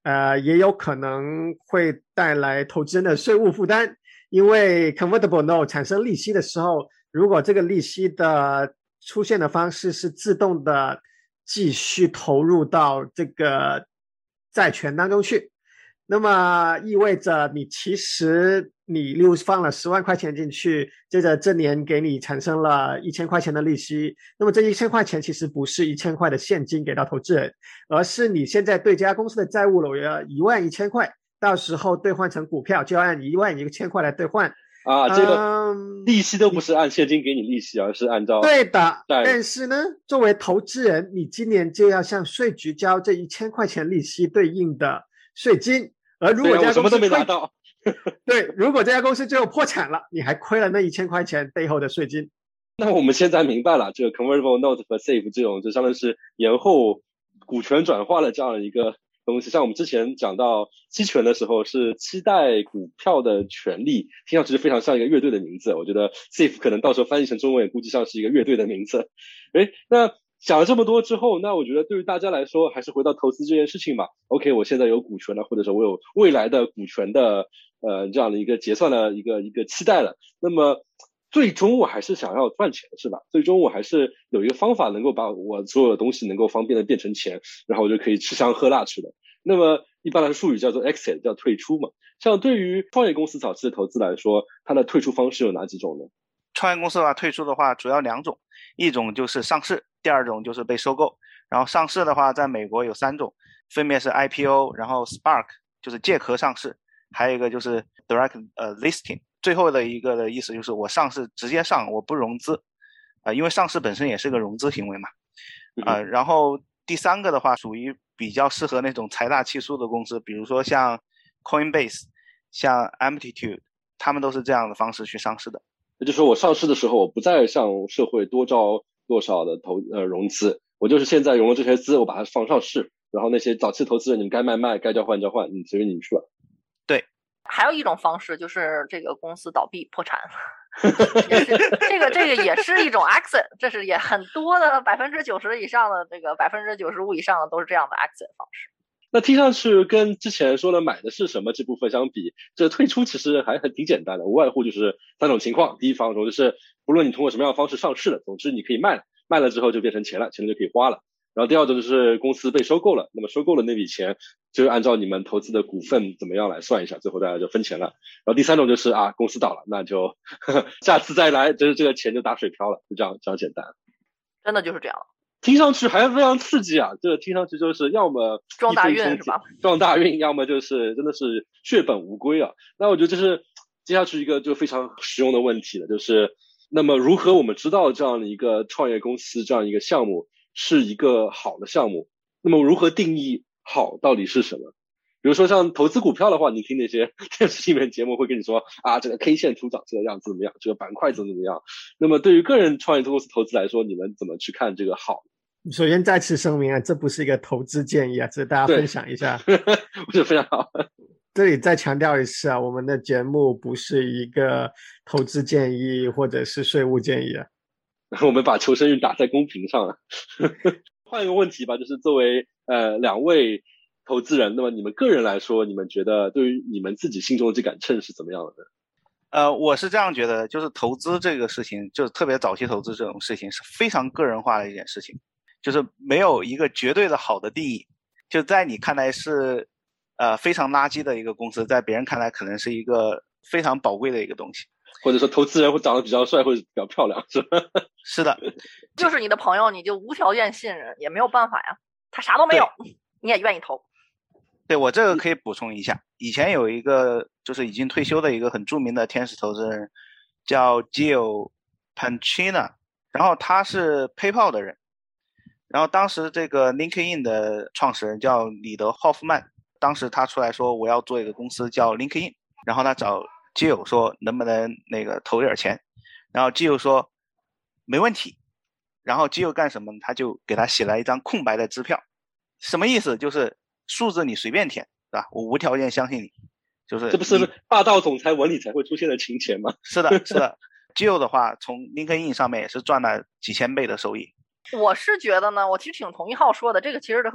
E: 呃，也有可能会带来投资人的税务负担，因为 convertible note 产生利息的时候，如果这个利息的出现的方式是自动的继续投入到这个债权当中去，那么意味着你其实你例如放了十万块钱进去，接着这年给你产生了一千块钱的利息，那么这一千块钱其实不是一千块的现金给到投资人，而是你现在对这家公司的债务了有一万一千块，到时候兑换成股票就要按一万一千块来兑换
A: 啊，这个利息都不是按现金给你利息，而是按照
E: 对的。但是呢，作为投资人，你今年就要向税局交这一千块钱利息对应的税金，而如果这家公司
A: 什么都没拿到，
E: 对，如果这家公司最后破产了，你还亏了那一千块钱背后的税金。
A: 那我们现在明白了，这个 convertible note 和 S A F E 这种，就相当于是延后股权转化的这样的一个东西。像我们之前讲到期权的时候，是期待股票的权利，听上去非常像一个乐队的名字。我觉得 S A F E 可能到时候翻译成中文，也估计像是一个乐队的名字。诶，那讲了这么多之后，那我觉得对于大家来说，还是回到投资这件事情吧。OK， 我现在有股权了，或者说我有未来的股权的呃这样的一个结算的一个一个期待了。那么最终我还是想要赚钱，是吧？最终我还是有一个方法能够把我所有的东西能够方便的变成钱，然后我就可以吃香喝辣吃的。那么一般来说术语叫做 exit， 叫退出嘛。像对于创业公司早期的投资来说，它的退出方式有哪几种呢？
C: 创业公司的话，退出的话主要两种，一种就是上市，第二种就是被收购。然后上市的话，在美国有三种，分别是 I P O， 然后 Spark 就是借壳上市，还有一个就是 Direct 呃 Listing。最后的一个的意思就是我上市直接上，我不融资，啊、呃，因为上市本身也是个融资行为嘛，啊、呃，然后第三个的话属于比较适合那种财大气粗的公司，比如说像 Coinbase、像 Amplitude， 他们都是这样的方式去上市的。
A: 也就是说，我上市的时候，我不再向社会多招多少的投呃融资，我就是现在融了这些资，我把它放上市，然后那些早期投资人，你们该卖卖，该交换交换，你随便你们去吧。
C: 对。
D: 还有一种方式就是这个公司倒闭破产，也是这个这个也是一种 exit， 这是也很多的百分之九十以上的这个百分之九十五以上的都是这样的 exit 方式。
A: 那听上去跟之前说的买的是什么这部分相比，这退出其实还很挺简单的，无外乎就是三种情况。第一方就是不论你通过什么样的方式上市了，总之你可以卖了，卖了之后就变成钱了，钱了就可以花了。然后第二种就是公司被收购了，那么收购了那笔钱就按照你们投资的股份怎么样来算一下，最后大家就分钱了。然后第三种就是啊，公司倒了，那就呵呵下次再来，就是这个钱就打水漂了，就这样这样简单。
D: 真的就是这样。
A: 听上去还非常刺激啊！这个听上去就是要么
D: 撞大运是吧？
A: 撞大运，要么就是真的是血本无归啊！那我觉得这是接下去一个就非常实用的问题了，就是那么如何我们知道这样的一个创业公司这样一个项目是一个好的项目？那么如何定义好到底是什么？比如说像投资股票的话，你听那些电视里面节目会跟你说啊，这个 K 线图长这个样子怎么样，这个板块怎么怎么样。那么对于个人创业公司投资来说，你们怎么去看这个好？
E: 首先再次声明啊，这不是一个投资建议啊，只是大家分享一下。
A: 我觉得非常好。
E: 这里再强调一次啊，我们的节目不是一个投资建议或者是税务建议啊。
A: 我们把求生欲打在公屏上了。换一个问题吧，就是作为呃两位投资人，那么你们个人来说，你们觉得对于你们自己心中的这杆秤是怎么样的呢？
C: 呃，我是这样觉得，就是投资这个事情，就是特别早期投资这种事情是非常个人化的一件事情，就是没有一个绝对的好的定义。就在你看来是呃非常垃圾的一个公司，在别人看来可能是一个非常宝贵的一个东西。或者说投资人会长得比较帅或者比较漂亮，是吧？ 是的，
D: 就是你的朋友，你就无条件信任，也没有办法呀。他啥都没有，你也愿意投。
C: 对，我这个可以补充一下，以前有一个就是已经退休的一个很著名的天使投资人，叫 Gio Panchina， 然后他是 PayPal 的人，然后当时这个 LinkedIn 的创始人叫李德霍夫曼，当时他出来说我要做一个公司叫 LinkedIn， 然后他找基友说能不能那个投点钱，然后基友说没问题，然后基友干什么？他就给他写了一张空白的支票，什么意思？就是数字你随便填，对吧？我无条件相信你，就是
A: 这不是霸道总裁文里才会出现的情钱吗？
C: 是的，是的。基友的话，从 LinkedIn 上面也是赚了几千倍的收益。
D: 我是觉得呢，我其实挺同意浩说的，这个其实特别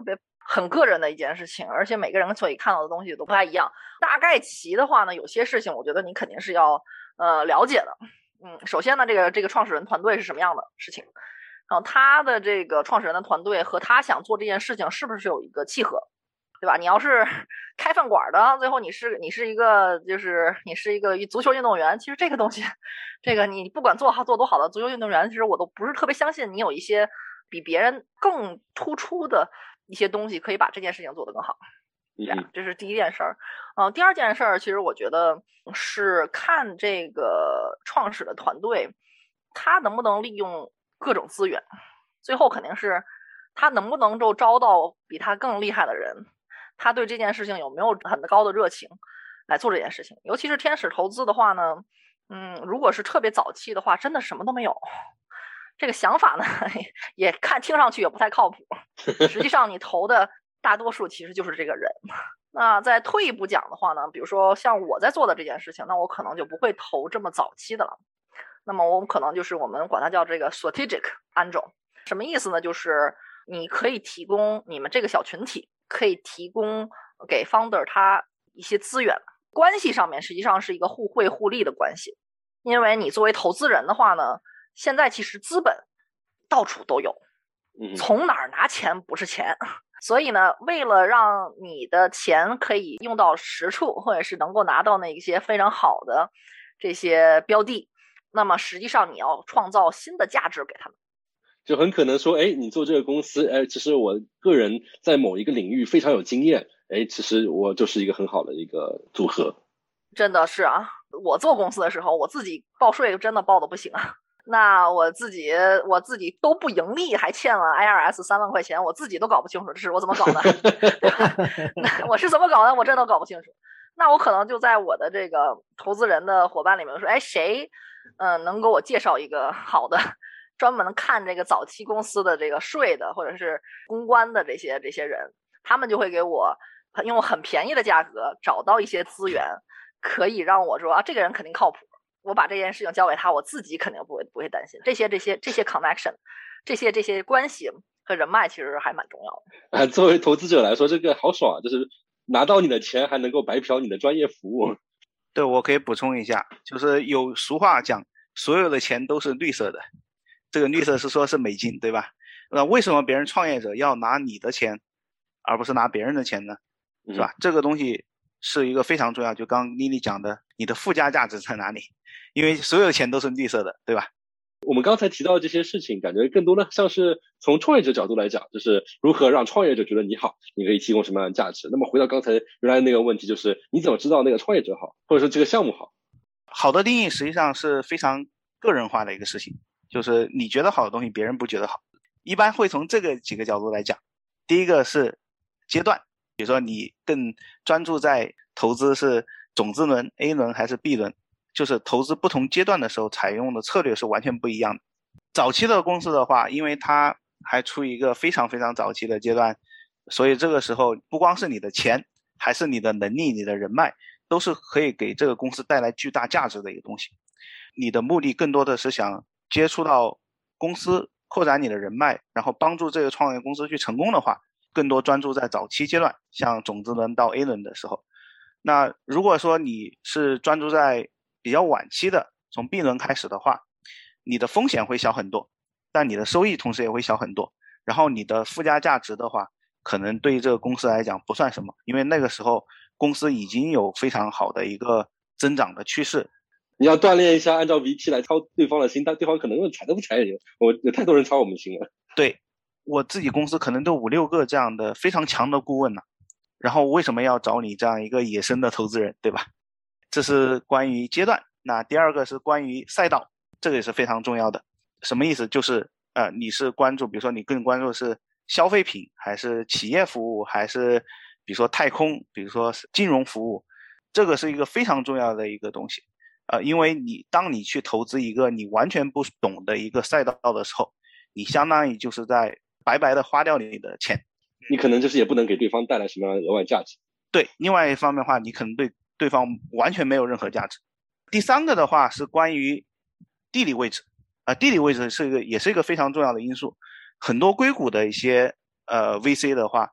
D: 很个人的一件事情，而且每个人所以看到的东西都不太一样。大概齐的话呢，有些事情我觉得你肯定是要呃了解的。嗯，首先呢，这个这个创始人团队是什么样的事情，然后他的这个创始人的团队和他想做这件事情是不是有一个契合，对吧？你要是开饭馆的，最后你是你是一个就是你是一个足球运动员，其实这个东西，这个你不管做好做多好的足球运动员，其实我都不是特别相信你有一些比别人更突出的一些东西可以把这件事情做得更好。对啊，这是第一件事儿。嗯、呃，第二件事儿，其实我觉得是看这个创始的团队，他能不能利用各种资源，最后肯定是他能不能够招到比他更厉害的人，他对这件事情有没有很高的热情来做这件事情。尤其是天使投资的话呢，嗯，如果是特别早期的话，真的什么都没有。这个想法呢，也看听上去也不太靠谱。实际上，你投的大多数其实就是这个人。那再退一步讲的话呢，比如说像我在做的这件事情，那我可能就不会投这么早期的了。那么我们可能就是我们管它叫这个 strategic angel， 什么意思呢？就是你可以提供你们这个小群体可以提供给 founder 他一些资源，关系上面实际上是一个互惠互利的关系。因为你作为投资人的话呢，现在其实资本到处都有，从哪儿拿钱不是钱。所以呢，为了让你的钱可以用到实处，或者是能够拿到那些非常好的这些标的，那么实际上你要创造新的价值给他们。
A: 就很可能说，哎，你做这个公司，哎，其实我个人在某一个领域非常有经验，哎，其实我就是一个很好的一个组合。
D: 真的是啊，我做公司的时候，我自己报税真的报的不行啊。那我自己我自己都不盈利，还欠了 I R S 三万块钱，我自己都搞不清楚这是我怎么搞的。那我是怎么搞的，我真的搞不清楚。那我可能就在我的这个投资人的伙伴里面说，哎，谁嗯、呃、能给我介绍一个好的专门看这个早期公司的这个税的或者是公关的这些这些人，他们就会给我用很便宜的价格找到一些资源，可以让我说啊，这个人肯定靠谱。我把这件事情交给他，我自己肯定不会不会担心。这些这些这些 connection， 这些这些关系和人脉其实还蛮重要的。
A: 啊，作为投资者来说，这个好爽啊，就是拿到你的钱还能够白嫖你的专业服务。
C: 对，我可以补充一下，就是有俗话讲，所有的钱都是绿色的。这个绿色是说是美金，对吧？那为什么别人创业者要拿你的钱，而不是拿别人的钱呢？是吧？嗯、这个东西是一个非常重要，就刚妮妮讲的，你的附加价值在哪里？因为所有钱都是绿色的，对吧？
A: 我们刚才提到这些事情，感觉更多的像是从创业者角度来讲，就是如何让创业者觉得你好，你可以提供什么样的价值。那么回到刚才原来那个问题，就是你怎么知道那个创业者好，或者说这个项目好？
C: 好的定义实际上是非常个人化的一个事情，就是你觉得好的东西，别人不觉得好。一般会从这个几个角度来讲。第一个是阶段，比如说你更专注在投资是种子轮、A 轮还是 B 轮，就是投资不同阶段的时候采用的策略是完全不一样的。早期的公司的话，因为它还处于一个非常非常早期的阶段，所以这个时候不光是你的钱，还是你的能力、你的人脉，都是可以给这个公司带来巨大价值的一个东西。你的目的更多的是想接触到公司，扩展你的人脉，然后帮助这个创业公司去成功的话，更多专注在早期阶段，像种子轮到 A 轮的时候。那如果说你是专注在比较晚期的，从 B 轮开始的话，你的风险会小很多，但你的收益同时也会小很多。然后你的附加价值的话，可能对于这个公司来讲不算什么，因为那个时候公司已经有非常好的一个增长的趋势。
A: 你要锻炼一下，按照 V P 来操对方的心，但对方可能踩都不踩你，我有太多人操我们心了。
C: 对，我自己公司可能都五六个这样的非常强的顾问呢、啊，然后为什么要找你这样一个野生的投资人，对吧？这是关于阶段。那第二个是关于赛道，这个也是非常重要的。什么意思？就是呃，你是关注，比如说你更关注是消费品，还是企业服务，还是比如说太空，比如说金融服务，这个是一个非常重要的一个东西。呃，因为你当你去投资一个你完全不懂的一个赛道的时候，你相当于就是在白白的花掉你的钱，
A: 你可能就是也不能给对方带来什么样的额外价值。
C: 对，另外一方面的话，你可能对对方完全没有任何价值。第三个的话是关于地理位置，啊、呃，地理位置是一个也是一个非常重要的因素。很多硅谷的一些呃 V C 的话，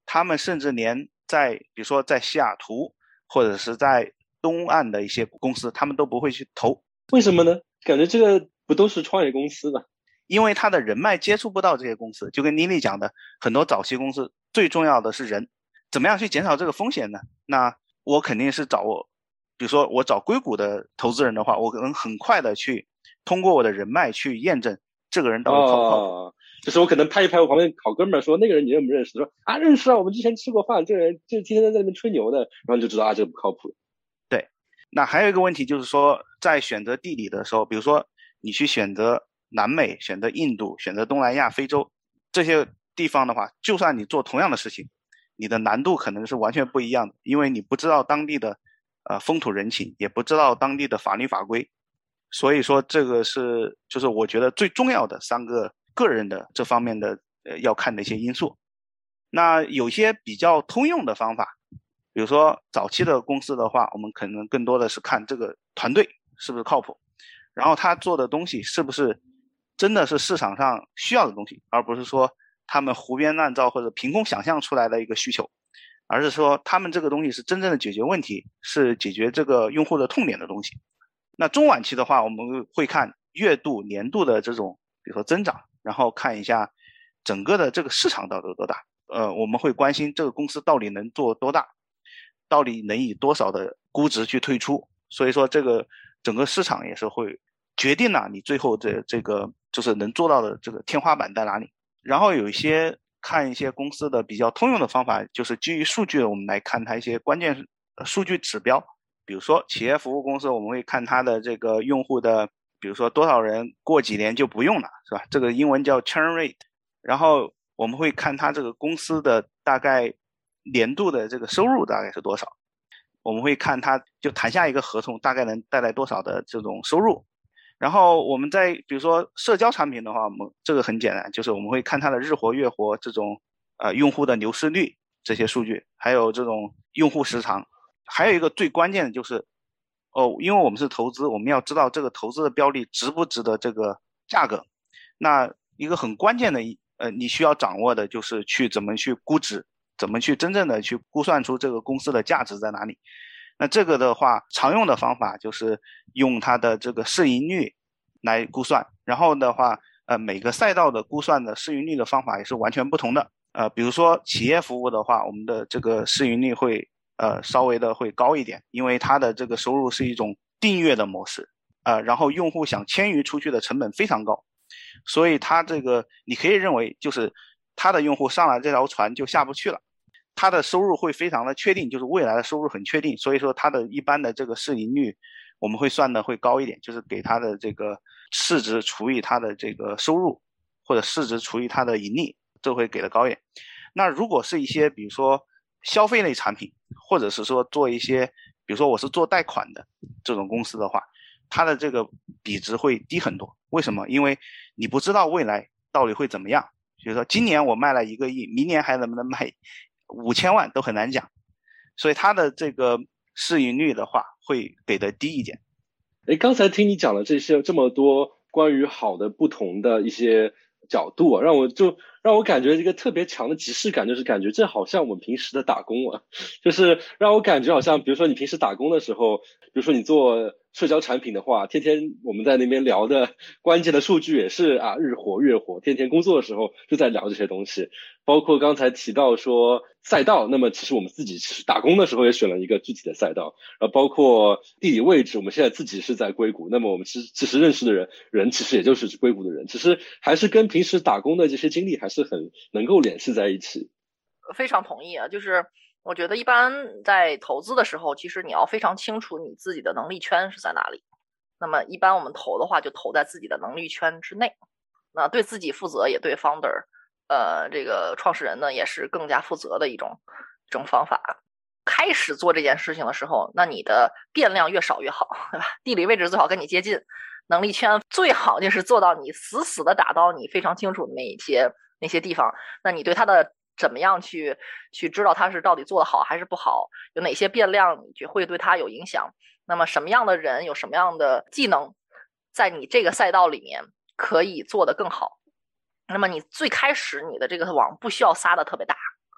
C: 他们甚至连在比如说在西雅图或者是在东岸的一些公司，他们都不会去投。
A: 为什么呢？感觉这个不都是创业公司吗？
C: 因为他的人脉接触不到这些公司，就跟妮妮讲的，很多早期公司最重要的是人，怎么样去减少这个风险呢？那我肯定是找我，比如说我找硅谷的投资人的话，我可能很快的去通过我的人脉去验证这个人到底靠不靠谱。
A: 哦，就是我可能拍一拍我旁边好哥们儿说那个人你认不认识？说啊认识啊，我们之前吃过饭，这个人就天天在那边吹牛的，然后就知道啊这个不靠谱。
C: 对，那还有一个问题就是说，在选择地理的时候，比如说你去选择南美、选择印度、选择东南亚、非洲这些地方的话，就算你做同样的事情，你的难度可能是完全不一样的，因为你不知道当地的呃风土人情，也不知道当地的法律法规。所以说这个是就是我觉得最重要的三个个人的这方面的呃要看的一些因素。那有些比较通用的方法，比如说早期的公司的话，我们可能更多的是看这个团队是不是靠谱，然后他做的东西是不是真的是市场上需要的东西，而不是说他们胡编乱造或者凭空想象出来的一个需求，而是说他们这个东西是真正的解决问题，是解决这个用户的痛点的东西。那中晚期的话，我们会看月度、年度的这种比如说增长，然后看一下整个的这个市场到底有多大。呃，我们会关心这个公司到底能做多大，到底能以多少的估值去退出。所以说这个整个市场也是会决定了你最后这这个就是能做到的这个天花板在哪里。然后有一些看一些公司的比较通用的方法，就是基于数据我们来看它一些关键数据指标。比如说企业服务公司，我们会看它的这个用户的比如说多少人过几年就不用了，是吧？这个英文叫 churn rate。 然后我们会看它这个公司的大概年度的这个收入大概是多少，我们会看它就谈下一个合同大概能带来多少的这种收入。然后我们在比如说社交产品的话，我们这个很简单，就是我们会看它的日活月活这种呃用户的流失率这些数据，还有这种用户时长。还有一个最关键的就是哦，因为我们是投资，我们要知道这个投资的标的值不值得这个价格。那一个很关键的呃你需要掌握的就是去怎么去估值，怎么去真正的去估算出这个公司的价值在哪里。那这个的话常用的方法就是用它的这个市盈率来估算，然后的话呃每个赛道的估算的市盈率的方法也是完全不同的。呃比如说企业服务的话，我们的这个市盈率会呃稍微的会高一点，因为它的这个收入是一种订阅的模式，呃然后用户想迁移出去的成本非常高，所以它这个你可以认为就是它的用户上了这条船就下不去了，它的收入会非常的确定，就是未来的收入很确定，所以说它的一般的这个市盈率我们会算的会高一点，就是给它的这个市值除以它的这个收入，或者市值除以它的盈利，这会给的高一点。那如果是一些比如说消费类产品，或者是说做一些比如说我是做贷款的这种公司的话，它的这个比值会低很多。为什么？因为你不知道未来到底会怎么样，比如说今年我卖了一个亿，明年还能不能卖五千万都很难讲，所以它的这个市盈率的话会给的低一点。
A: 诶，刚才听你讲了这些这么多关于好的不同的一些角度啊，让我就让我感觉一个特别强的即视感，就是感觉这好像我们平时的打工啊，就是让我感觉好像比如说你平时打工的时候，比如说你做社交产品的话，天天我们在那边聊的关键的数据也是啊日活月活，天天工作的时候就在聊这些东西。包括刚才提到说赛道，那么其实我们自己其实打工的时候也选了一个具体的赛道，然后包括地理位置，我们现在自己是在硅谷，那么我们其实其实认识的人人其实也就是硅谷的人，其实还是跟平时打工的这些经历还是很能够联系在一起。
D: 非常同意啊，就是我觉得一般在投资的时候，其实你要非常清楚你自己的能力圈是在哪里。那么一般我们投的话，就投在自己的能力圈之内，那对自己负责，也对 founder 呃这个创始人呢也是更加负责的一种一种方法。开始做这件事情的时候，那你的变量越少越好，对吧？地理位置最好跟你接近，能力圈最好就是做到你死死的打到你非常清楚的那一些那些地方，那你对它的怎么样去去知道它是到底做得好还是不好，有哪些变量你会对它有影响，那么什么样的人有什么样的技能在你这个赛道里面可以做得更好。那么你最开始你的这个网不需要撒的特别大，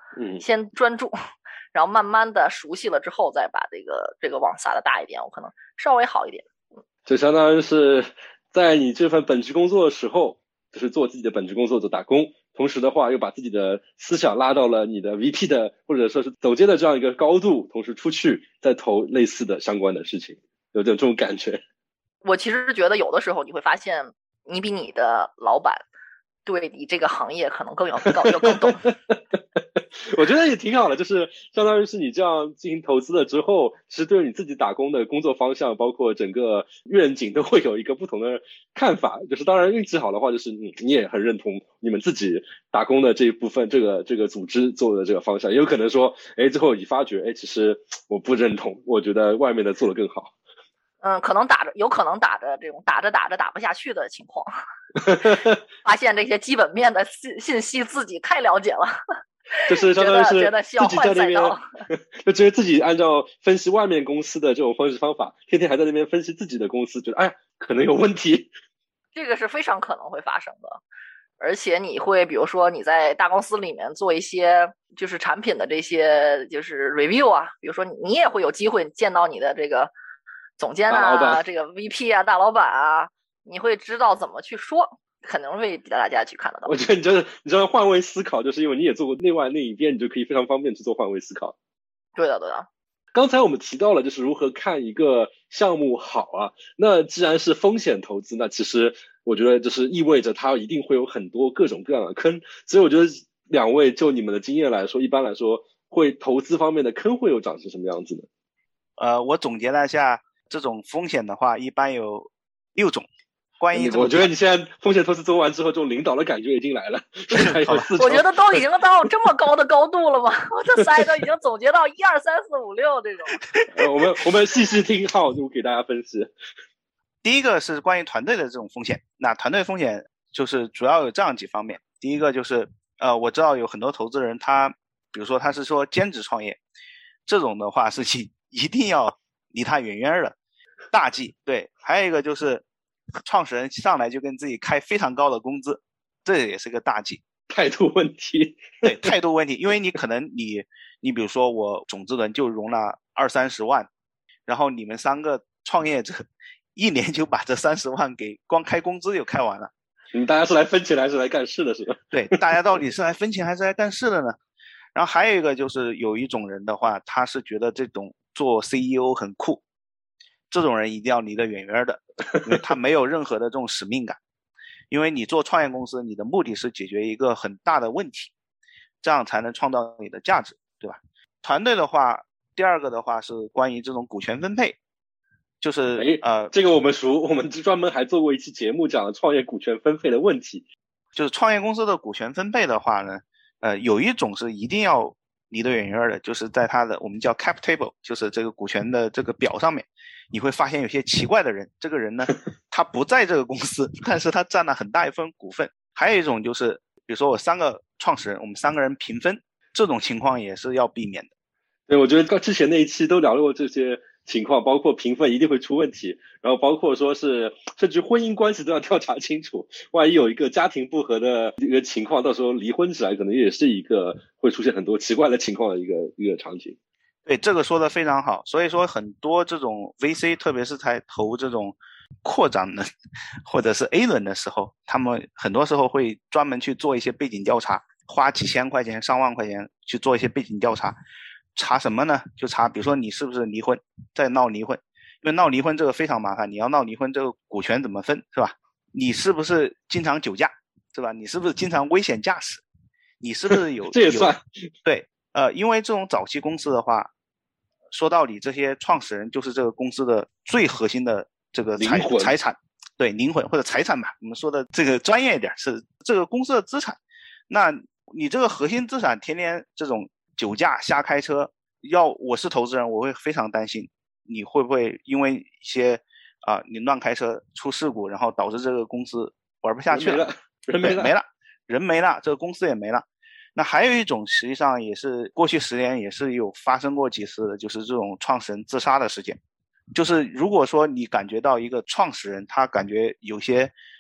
A: 嗯，
D: 先专注，然后慢慢的熟悉了之后再把这个这个网撒的大一点，我可能稍微好一点。
A: 就相当于是在你这份本职工作的时候，就是做自己的本职工作，做打工，同时的话又把自己的思想拉到了你的 V P 的或者说是总监的这样一个高度，同时出去再投类似的相关的事情，有点这种感觉。
D: 我其实觉得有的时候你会发现，你比你的老板对你这个行业可能更有更有更懂。
A: 我觉得也挺好的，就是相当于是你这样进行投资了之后，其实对于你自己打工的工作方向，包括整个愿景都会有一个不同的看法。就是当然运气好的话，就是你你也很认同你们自己打工的这一部分，这个这个组织做的这个方向，也有可能说，哎，最后你发觉，哎，其实我不认同，我觉得外面的做得更好。
D: 嗯，可能打着有可能打着这种打着打着打不下去的情况，发现这些基本面的信信息自己太了解了。
A: 就是相当于是
D: 觉得需要
A: 自己在那边，就觉得自己按照分析外面公司的这种方式方法，天天还在那边分析自己的公司，觉得哎呀可能有问题。
D: 这个是非常可能会发生的，而且你会比如说你在大公司里面做一些就是产品的这些就是 review 啊，比如说你也会有机会见到你的这个总监啊，这个 V P 啊，大老板啊，你会知道怎么去说。可能会大家去看得到。
A: 我觉得你就是你知道换位思考，就是因为你也做过内外那一边，你就可以非常方便去做换位思考。
D: 对的，对的。
A: 刚才我们提到了就是如何看一个项目好啊，那既然是风险投资，那其实我觉得就是意味着它一定会有很多各种各样的坑。所以我觉得两位就你们的经验来说，一般来说会投资方面的坑会有长成什么样子呢？
C: 呃，我总结了一下，这种风险的话，一般有六种。关于
A: 我觉得你现在风险投资做完之后，这种领导的感觉已经来了。
D: 我觉得都已经到这么高的高度了吗？我这仨都已经总结到一二三四五六这种。
A: 呃，我们我们细细听好，就给大家分析。
C: 第一个是关于团队的这种风险，那团队风险就是主要有这样几方面。第一个就是呃，我知道有很多投资人他，比如说他是说兼职创业，这种的话是一定要离他远远的，大忌。对，还有一个就是。创始人上来就跟自己开非常高的工资，这也是个大忌。
A: 态度问题。
C: 对，态度问题，因为你可能你你比如说我种子轮就融了二三十万，然后你们三个创业者一年就把这三十万给光开工资就开完了。
A: 你大家是来分钱还是来干事的是吧？
C: 对，大家到底是来分钱还是来干事的呢？然后还有一个就是有一种人的话，他是觉得这种做 C E O 很酷，这种人一定要离得远远的，因为他没有任何的这种使命感。因为你做创业公司，你的目的是解决一个很大的问题，这样才能创造你的价值，对吧？团队的话，第二个的话是关于这种股权分配，就是呃，
A: 这个我们熟，我们专门还做过一期节目讲了创业股权分配的问题。
C: 就是创业公司的股权分配的话呢，呃，有一种是一定要离得远远的，就是在它的我们叫 cap table， 就是这个股权的这个表上面，你会发现有些奇怪的人，这个人呢，他不在这个公司，但是他占了很大一份股份。还有一种就是，比如说我三个创始人，我们三个人平分，这种情况也是要避免的。
A: 对，我觉得之前那一期都聊过这些情况，包括平分一定会出问题，然后包括说是甚至婚姻关系都要调查清楚，万一有一个家庭不和的一个情况，到时候离婚起来可能也是一个会出现很多奇怪的情况的一个一个场景。
C: 对，这个说的非常好。所以说很多这种 V C， 特别是在投这种扩展的或者是 A 轮的时候，他们很多时候会专门去做一些背景调查，花几千块钱上万块钱去做一些背景调查。查什么呢？就查比如说你是不是离婚，在闹离婚，因为闹离婚这个非常麻烦，你要闹离婚这个股权怎么分，是吧？你是不是经常酒驾，是吧？你是不是经常危险驾驶，你是不是有
A: 这也算
C: 对呃，因为这种早期公司的话，说到底这些创始人就是这个公司的最核心的这个财财产，对，灵魂或者财产吧，我们说的这个专业一点是这个公司的资产。那你这个核心资产天天这种酒驾瞎开车，要我是投资人，我会非常担心你会不会因为一些啊、呃、你乱开车出事故，然后导致这个公司玩不下去了，
A: 人没了，
C: 没了，人没了，这个公司也没了。那还有一种实际上也是过去十年也是有发生过几次的，就是这种创始人自杀的事件。就是如果说你感觉到一个创始人他感觉有些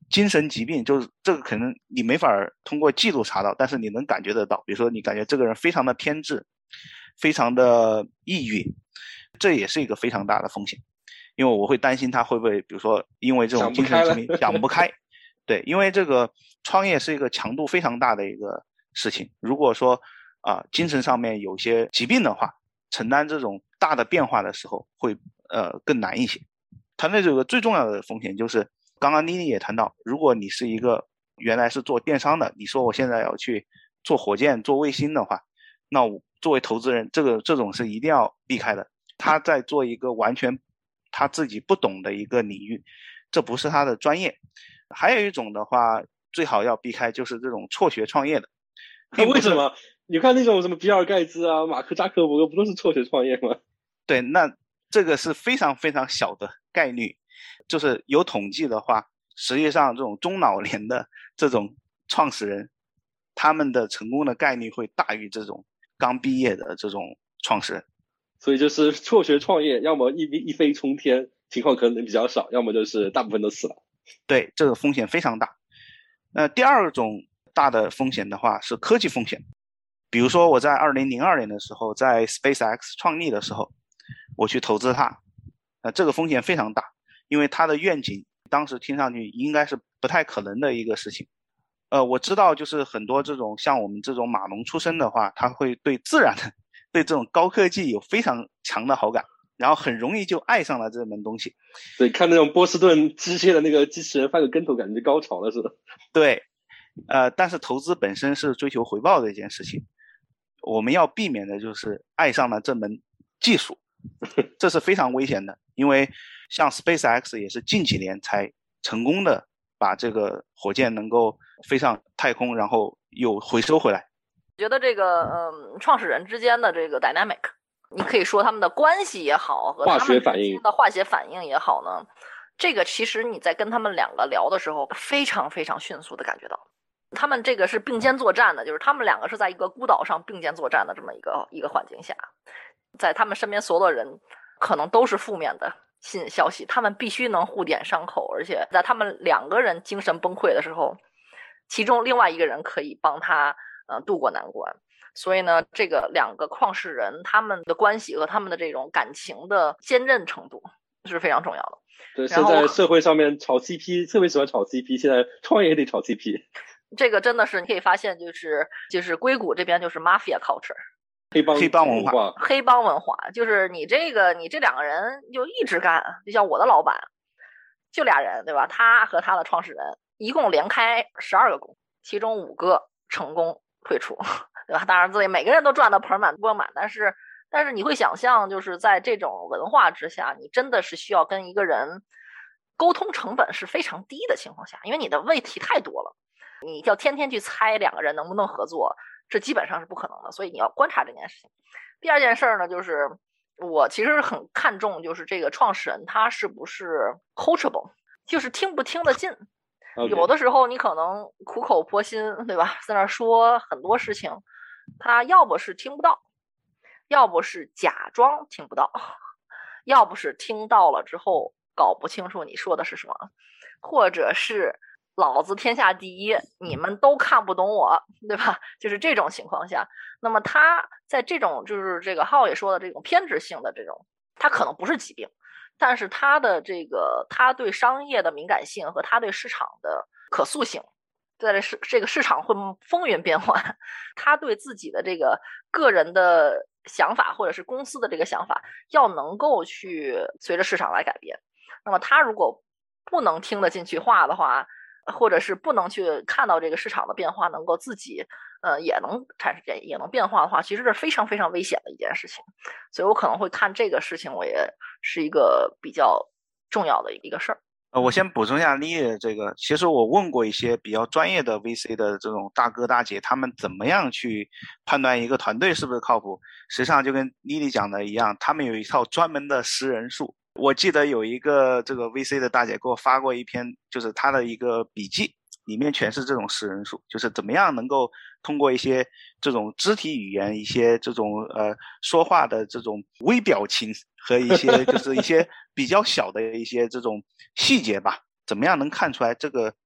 C: 精神疾病，就是这个可能你没法通过记录查到，但是你能感觉得到，比如说你感觉这个人非常的偏执，非常的抑郁，这也是一个非常大的风险。因为我会担心他会不会比如说因为这种精神疾病想不开。对，因为这个创业是一个强度非常大的一个事情，如果说啊、呃、精神上面有些疾病的话，承担这种大的变化的时候会呃更难一些。团队这个最重要的风险就是刚刚妮妮也谈到，如果你是一个原来是做电商的，你说我现在要去做火箭做卫星的话，那我作为投资人这个这种是一定要避开的。他在做一个完全他自己不懂的一个领域，这不是他的专业。还有一种的话最好要避开就是这种辍学创业的。
A: 为什么？你看那种什么比尔盖茨啊马克扎克伯格不都是辍学创业吗？
C: 对，那这个是非常非常小的概率，就是有统计的话，实际上这种中老年的这种创始人，他们的成功的概率会大于这种刚毕业的这种创始人。
A: 所以就是辍学创业，要么一一飞冲天，情况可能比较少，要么就是大部分都死了。
C: 对，这个风险非常大。那第二种大的风险的话是科技风险。比如说我在二零零二年的时候，在 SpaceX 创立的时候，我去投资它，那这个风险非常大，因为它的愿景当时听上去应该是不太可能的一个事情。呃，我知道就是很多这种像我们这种码农出身的话，他会对自然的对这种高科技有非常强的好感，然后很容易就爱上了这门东西。
A: 对，看那种波士顿机械的那个机器人翻个跟头，感觉高潮了似的。
C: 对，呃，但是投资本身是追求回报的一件事情，我们要避免的就是爱上了这门技术，这是非常危险的。因为像 SpaceX 也是近几年才成功的把这个火箭能够飞上太空，然后又回收回来。
D: 觉得这个嗯，创始人之间的这个 dynamic， 你可以说他们的关系也好，和他们之间的化学反应也好呢，这个其实你在跟他们两个聊的时候，非常非常迅速的感觉到，他们这个是并肩作战的，就是他们两个是在一个孤岛上并肩作战的这么一个一个环境下，在他们身边所有的人可能都是负面的新消息，他们必须能互点伤口，而且在他们两个人精神崩溃的时候，其中另外一个人可以帮他呃渡过难关。所以呢，这个两个创始人他们的关系和他们的这种感情的坚韧程度是非常重要的。
A: 对，现在社会上面炒 C P 特别喜欢炒 C P， 现在创业也得炒 C P。
D: 这个真的是你可以发现，就是就是硅谷这边就是 mafia culture，
A: 黑帮
C: 黑帮文化，
D: 黑帮文化就是你这个你这两个人就一直干，就像我的老板就俩人对吧？他和他的创始人一共连开十二个工，其中五个成功退出，对吧？当然自己每个人都赚得盆满钵满，但是但是你会想象，就是在这种文化之下，你真的是需要跟一个人沟通成本是非常低的情况下，因为你的问题太多了，你要天天去猜两个人能不能合作，这基本上是不可能的，所以你要观察这件事情。第二件事呢，就是我其实很看重就是这个创始人他是不是 coachable， 就是听不听得进。Okay. 有的时候你可能苦口婆心对吧，在那说很多事情，他要不是听不到，要不是假装听不到，要不是听到了之后搞不清楚你说的是什么，或者是老子天下第一，你们都看不懂我，对吧？就是这种情况下，那么他在这种就是这个浩也说的这种偏执性的这种，他可能不是疾病，但是他的这个他对商业的敏感性和他对市场的可塑性，在这市这个市场会风云变幻，他对自己的这个个人的想法或者是公司的这个想法要能够去随着市场来改变。那么他如果不能听得进去话的话，或者是不能去看到这个市场的变化，能够自己呃也能产生也能变化的话，其实是非常非常危险的一件事情。所以我可能会看这个事情，我也是一个比较重要的一个事儿。
C: 呃，我先补充一下莉莉这个，其实我问过一些比较专业的 V C 的这种大哥大姐，他们怎么样去判断一个团队是不是靠谱？实际上就跟莉莉讲的一样，他们有一套专门的识人术。我记得有一个这个 V C 的大姐给我发过一篇，就是她的一个笔记，里面全是这种识人术，就是怎么样能够通过一些这种肢体语言，一些这种呃说话的这种微表情和一些就是一些比较小的一些这种细节吧，怎么样能看出来这个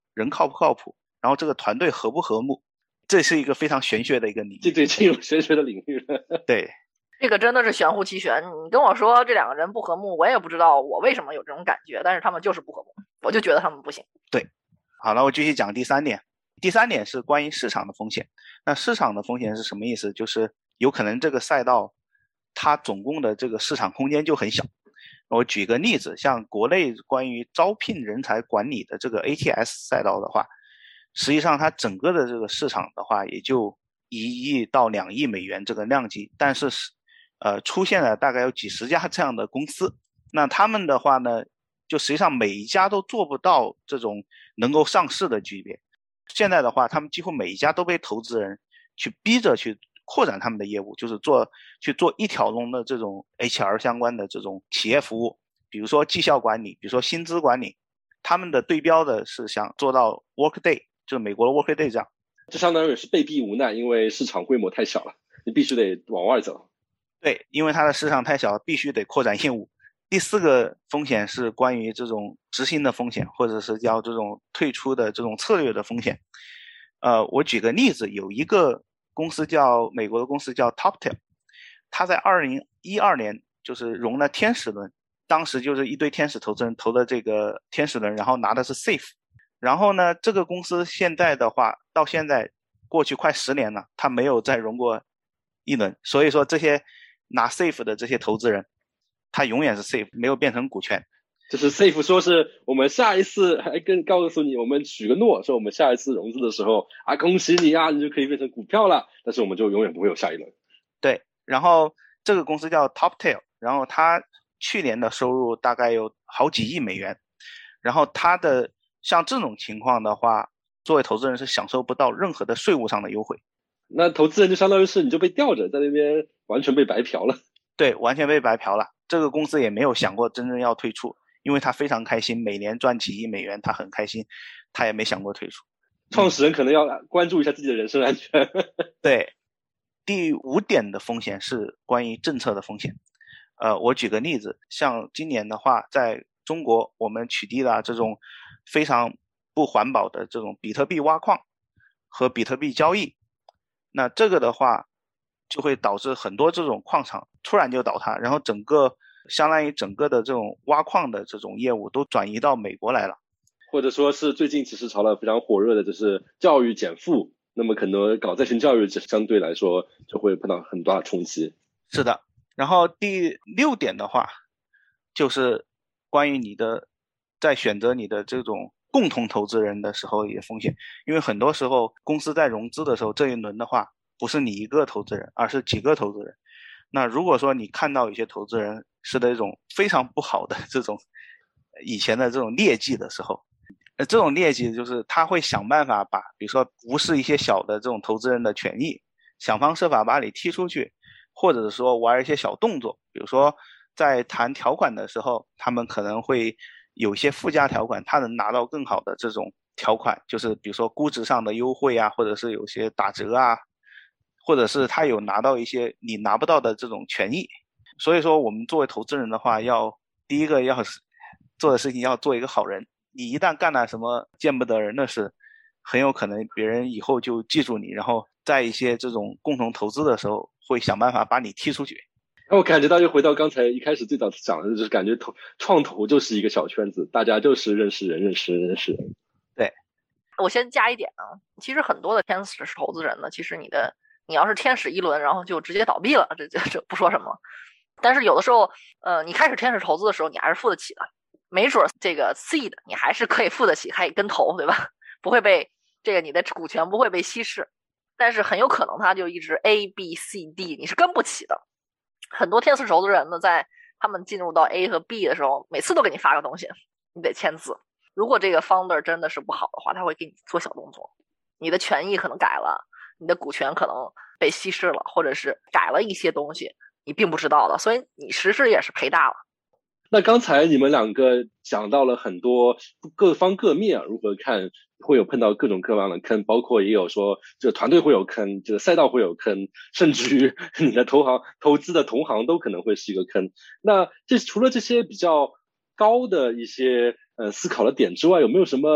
C: 人靠不靠谱，然后这个团队和不和睦，这是一个非常玄学的一个领域。
A: 这对进入玄学的领域了。
C: 对，
D: 这个真的是玄乎其玄。你跟我说这两个人不和睦，我也不知道我为什么有这种感觉，但是他们就是不和睦，我就觉得他们不行。
C: 对，好了，我继续讲第三点。第三点是关于市场的风险。那市场的风险是什么意思？就是有可能这个赛道它总共的这个市场空间就很小。我举个例子，像国内关于招聘人才管理的这个 A T S 赛道的话，实际上它整个的这个市场的话也就一亿到两亿美元这个量级，但是呃出现了大概有几十家这样的公司。那他们的话呢，就实际上每一家都做不到这种能够上市的级别。现在的话，他们几乎每一家都被投资人去逼着去扩展他们的业务，就是做去做一条龙的这种 H R 相关的这种企业服务，比如说绩效管理，比如说薪资管理，他们的对标的是想做到 Workday， 就是美国的 Workday 这样。
A: 这相当于是被逼无奈，因为市场规模太小了，你必须得往外走。
C: 对，因为它的市场太小，必须得扩展业务。第四个风险是关于这种执行的风险，或者是叫这种退出的这种策略的风险。呃，我举个例子，有一个公司叫美国的公司叫 TopTail， 它在二零一二年就是融了天使轮，当时就是一堆天使投资人投的这个天使轮，然后拿的是 Safe。然后呢，这个公司现在的话，到现在过去快十年了，它没有再融过一轮，所以说这些拿 Safe 的这些投资人，他永远是 Safe， 没有变成股权。
A: 就是 Safe 说是我们下一次还跟告诉你，我们许个诺，说我们下一次融资的时候啊，恭喜你啊，你就可以变成股票了，但是我们就永远不会有下一轮。
C: 对，然后这个公司叫 TopTail， 然后它去年的收入大概有好几亿美元，然后它的像这种情况的话，作为投资人是享受不到任何的税务上的优惠。
A: 那投资人就相当于是你就被吊着在那边，完全被白嫖了。
C: 对，完全被白嫖了。这个公司也没有想过真正要退出，因为他非常开心，每年赚几亿美元，他很开心，他也没想过退出。
A: 创始人可能要关注一下自己的人身安全。
C: 对，第五点的风险是关于政策的风险。呃，我举个例子，像今年的话，在中国我们取缔了这种非常不环保的这种比特币挖矿和比特币交易，那这个的话就会导致很多这种矿场突然就倒塌，然后整个相当于整个的这种挖矿的这种业务都转移到美国来了。
A: 或者说是最近其实炒了非常火热的就是教育减负，那么可能搞在线教育相对来说就会碰到很大的冲击。
C: 是的，然后第六点的话就是关于你的在选择你的这种共同投资人的时候也风险，因为很多时候公司在融资的时候，这一轮的话不是你一个投资人，而是几个投资人。那如果说你看到有些投资人是那种非常不好的这种以前的这种劣迹的时候，呃，这种劣迹就是他会想办法把比如说无视一些小的这种投资人的权益，想方设法把你踢出去，或者说玩一些小动作，比如说在谈条款的时候，他们可能会有一些附加条款，他能拿到更好的这种条款，就是比如说估值上的优惠啊，或者是有些打折啊，或者是他有拿到一些你拿不到的这种权益。所以说我们作为投资人的话，要第一个要做的事情要做一个好人，你一旦干了什么见不得人的事，很有可能别人以后就记住你，然后在一些这种共同投资的时候会想办法把你踢出去。
A: 我感觉到又回到刚才一开始最早讲的，就是感觉投创投就是一个小圈子，大家就是认识人认识人认识人。
C: 对，
D: 我先加一点啊，其实很多的天使投资人呢，其实你的你要是天使一轮，然后就直接倒闭了，这这这不说什么。但是有的时候，呃，你开始天使投资的时候，你还是付得起的，没准这个 seed 你还是可以付得起，还跟投，对吧？不会被这个你的股权不会被稀释，但是很有可能它就一直 A B C D 你是跟不起的。很多天使投资人呢，在他们进入到 A 和 B 的时候，每次都给你发个东西，你得签字。如果这个 founder 真的是不好的话，他会给你做小动作，你的权益可能改了，你的股权可能被稀释了，或者是改了一些东西你并不知道的，所以你实质也是赔大了。
A: 那刚才你们两个讲到了很多各方各面如何看，会有碰到各种各样的坑，包括也有说这个团队会有坑，这个赛道会有坑，甚至于你的投行投资的同行都可能会是一个坑。那这除了这些比较高的一些呃思考的点之外，有没有什么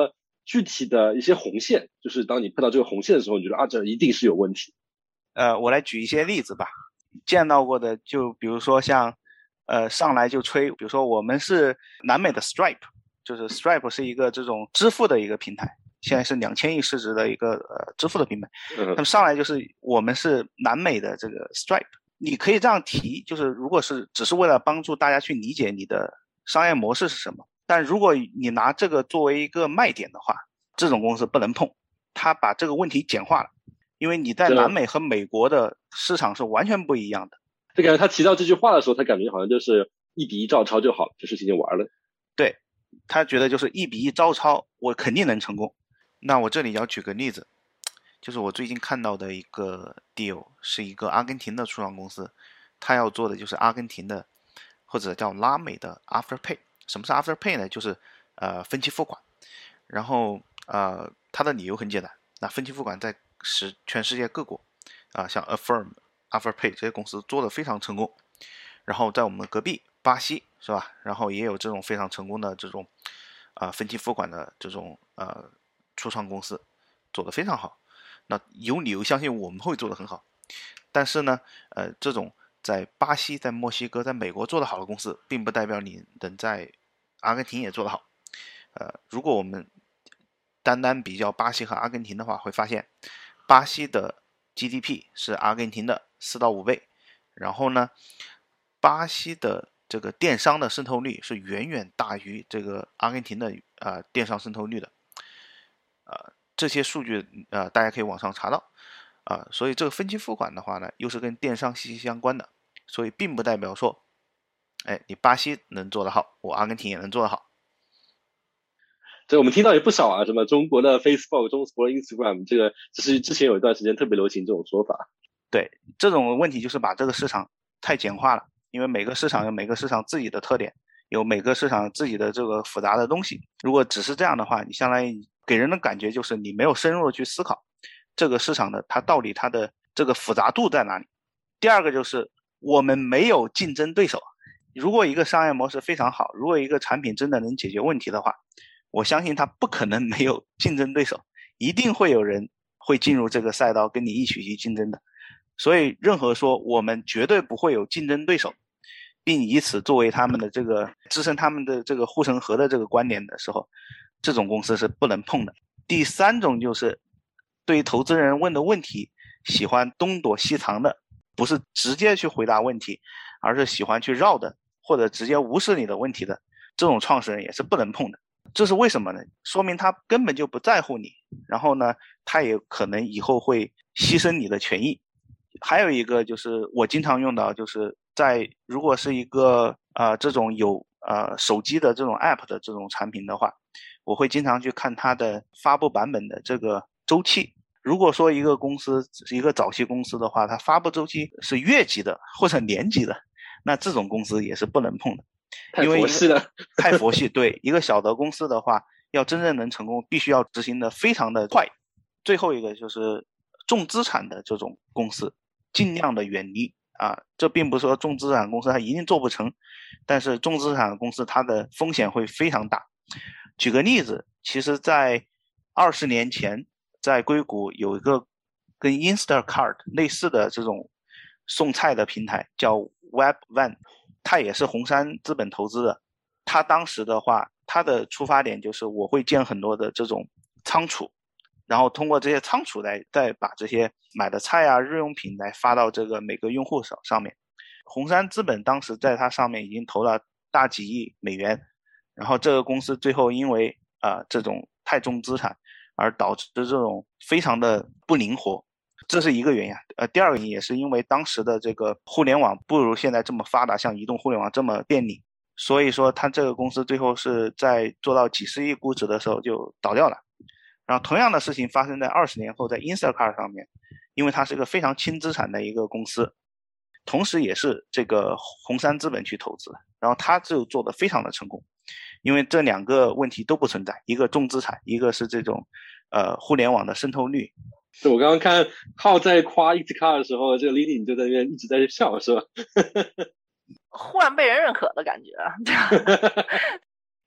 A: 具体的一些红线，就是当你碰到这个红线的时候，你觉得啊，这一定是有问题。
C: 呃，我来举一些例子吧。见到过的，就比如说像，呃，上来就吹，比如说我们是南美的 Stripe， 就是 Stripe 是一个这种支付的一个平台，现在是两千亿市值的一个呃支付的平台。
A: 嗯，
C: 那么上来就是我们是南美的这个 Stripe， 你可以这样提，就是如果是只是为了帮助大家去理解你的商业模式是什么，但如果你拿这个作为一个卖点的话，这种公司不能碰，它把这个问题简化了。因为你在南美和美国的市场是完全不一样的。
A: 就感觉他提到这句话的时候，他感觉好像就是一比一照抄就好了，这事情就完了。
C: 对，他觉得就是一比一照抄，我肯定能成功。那我这里要举个例子，就是我最近看到的一个 deal， 是一个阿根廷的初创公司，他要做的就是阿根廷的或者叫拉美的 Afterpay。什么是 Afterpay 呢？就是呃分期付款。然后呃它的理由很简单，那分期付款在是全世界各国啊，像 Affirm、Afterpay 这些公司做的非常成功。然后在我们的隔壁巴西是吧？然后也有这种非常成功的这种啊、呃、分期付款的这种呃初创公司做的非常好。那有理由相信我们会做得很好。但是呢，呃，这种在巴西、在墨西哥、在美国做得好的公司，并不代表你能在阿根廷也做得好。呃，如果我们单单比较巴西和阿根廷的话，会发现巴西的 G D P 是阿根廷的四到五倍，然后呢，巴西的这个电商的渗透率是远远大于这个阿根廷的呃电商渗透率的，呃，这些数据呃大家可以网上查到啊、呃，所以这个分期付款的话呢，又是跟电商息息相关的，所以并不代表说，哎，你巴西能做得好，我阿根廷也能做得好。
A: 这我们听到也不少啊，什么中国的 Facebook、中国的 Instagram， 这个就是之前有一段时间特别流行这种说法。
C: 对，这种问题就是把这个市场太简化了，因为每个市场有每个市场自己的特点，有每个市场自己的这个复杂的东西。如果只是这样的话，你相当于给人的感觉就是你没有深入的去思考这个市场的它到底它的这个复杂度在哪里。第二个就是我们没有竞争对手。如果一个商业模式非常好，如果一个产品真的能解决问题的话，我相信它不可能没有竞争对手，一定会有人会进入这个赛道跟你一起去竞争的。所以任何说我们绝对不会有竞争对手，并以此作为他们的这个支撑他们的这个护城河的这个观点的时候，这种公司是不能碰的。第三种就是对于投资人问的问题喜欢东躲西藏的，不是直接去回答问题，而是喜欢去绕的或者直接无视你的问题的，这种创始人也是不能碰的。这是为什么呢？说明他根本就不在乎你，然后呢，他也可能以后会牺牲你的权益。还有一个就是我经常用到，就是在如果是一个呃这种有呃手机的这种 app 的这种产品的话，我会经常去看它的发布版本的这个周期。如果说一个公司是一个早期公司的话，它发布周期是月级的或者年级的，那这种公司也是不能碰的。
A: 太佛系了，
C: 太佛系。对，一个小的公司的话，要真正能成功，必须要执行的非常的快。最后一个就是重资产的这种公司，尽量的远离啊。这并不是说重资产公司它一定做不成，但是重资产公司它的风险会非常大。举个例子，其实在二十年前，在硅谷有一个跟 Instacart 类似的这种送菜的平台，叫 Webvan。他也是红杉资本投资的，他当时的话，他的出发点就是我会建很多的这种仓储，然后通过这些仓储来再把这些买的菜啊、日用品来发到这个每个用户上上面。红杉资本当时在它上面已经投了大几亿美元，然后这个公司最后因为啊、呃、这种太重资产而导致这种非常的不灵活。这是一个原因，呃，第二个原因也是因为当时的这个互联网不如现在这么发达，像移动互联网这么便利，所以说它这个公司最后是在做到几十亿估值的时候就倒掉了。然后同样的事情发生在二十年后，在 Instacart 上面，因为它是一个非常轻资产的一个公司，同时也是这个红杉资本去投资，然后它就做得非常的成功，因为这两个问题都不存在，一个重资产，一个是这种呃互联网的渗透率。
A: 对，我刚刚看浩在夸 Instacart 的时候，这个 Lily 就在那边一直在笑，是吧？
D: 忽然被人认可的感觉。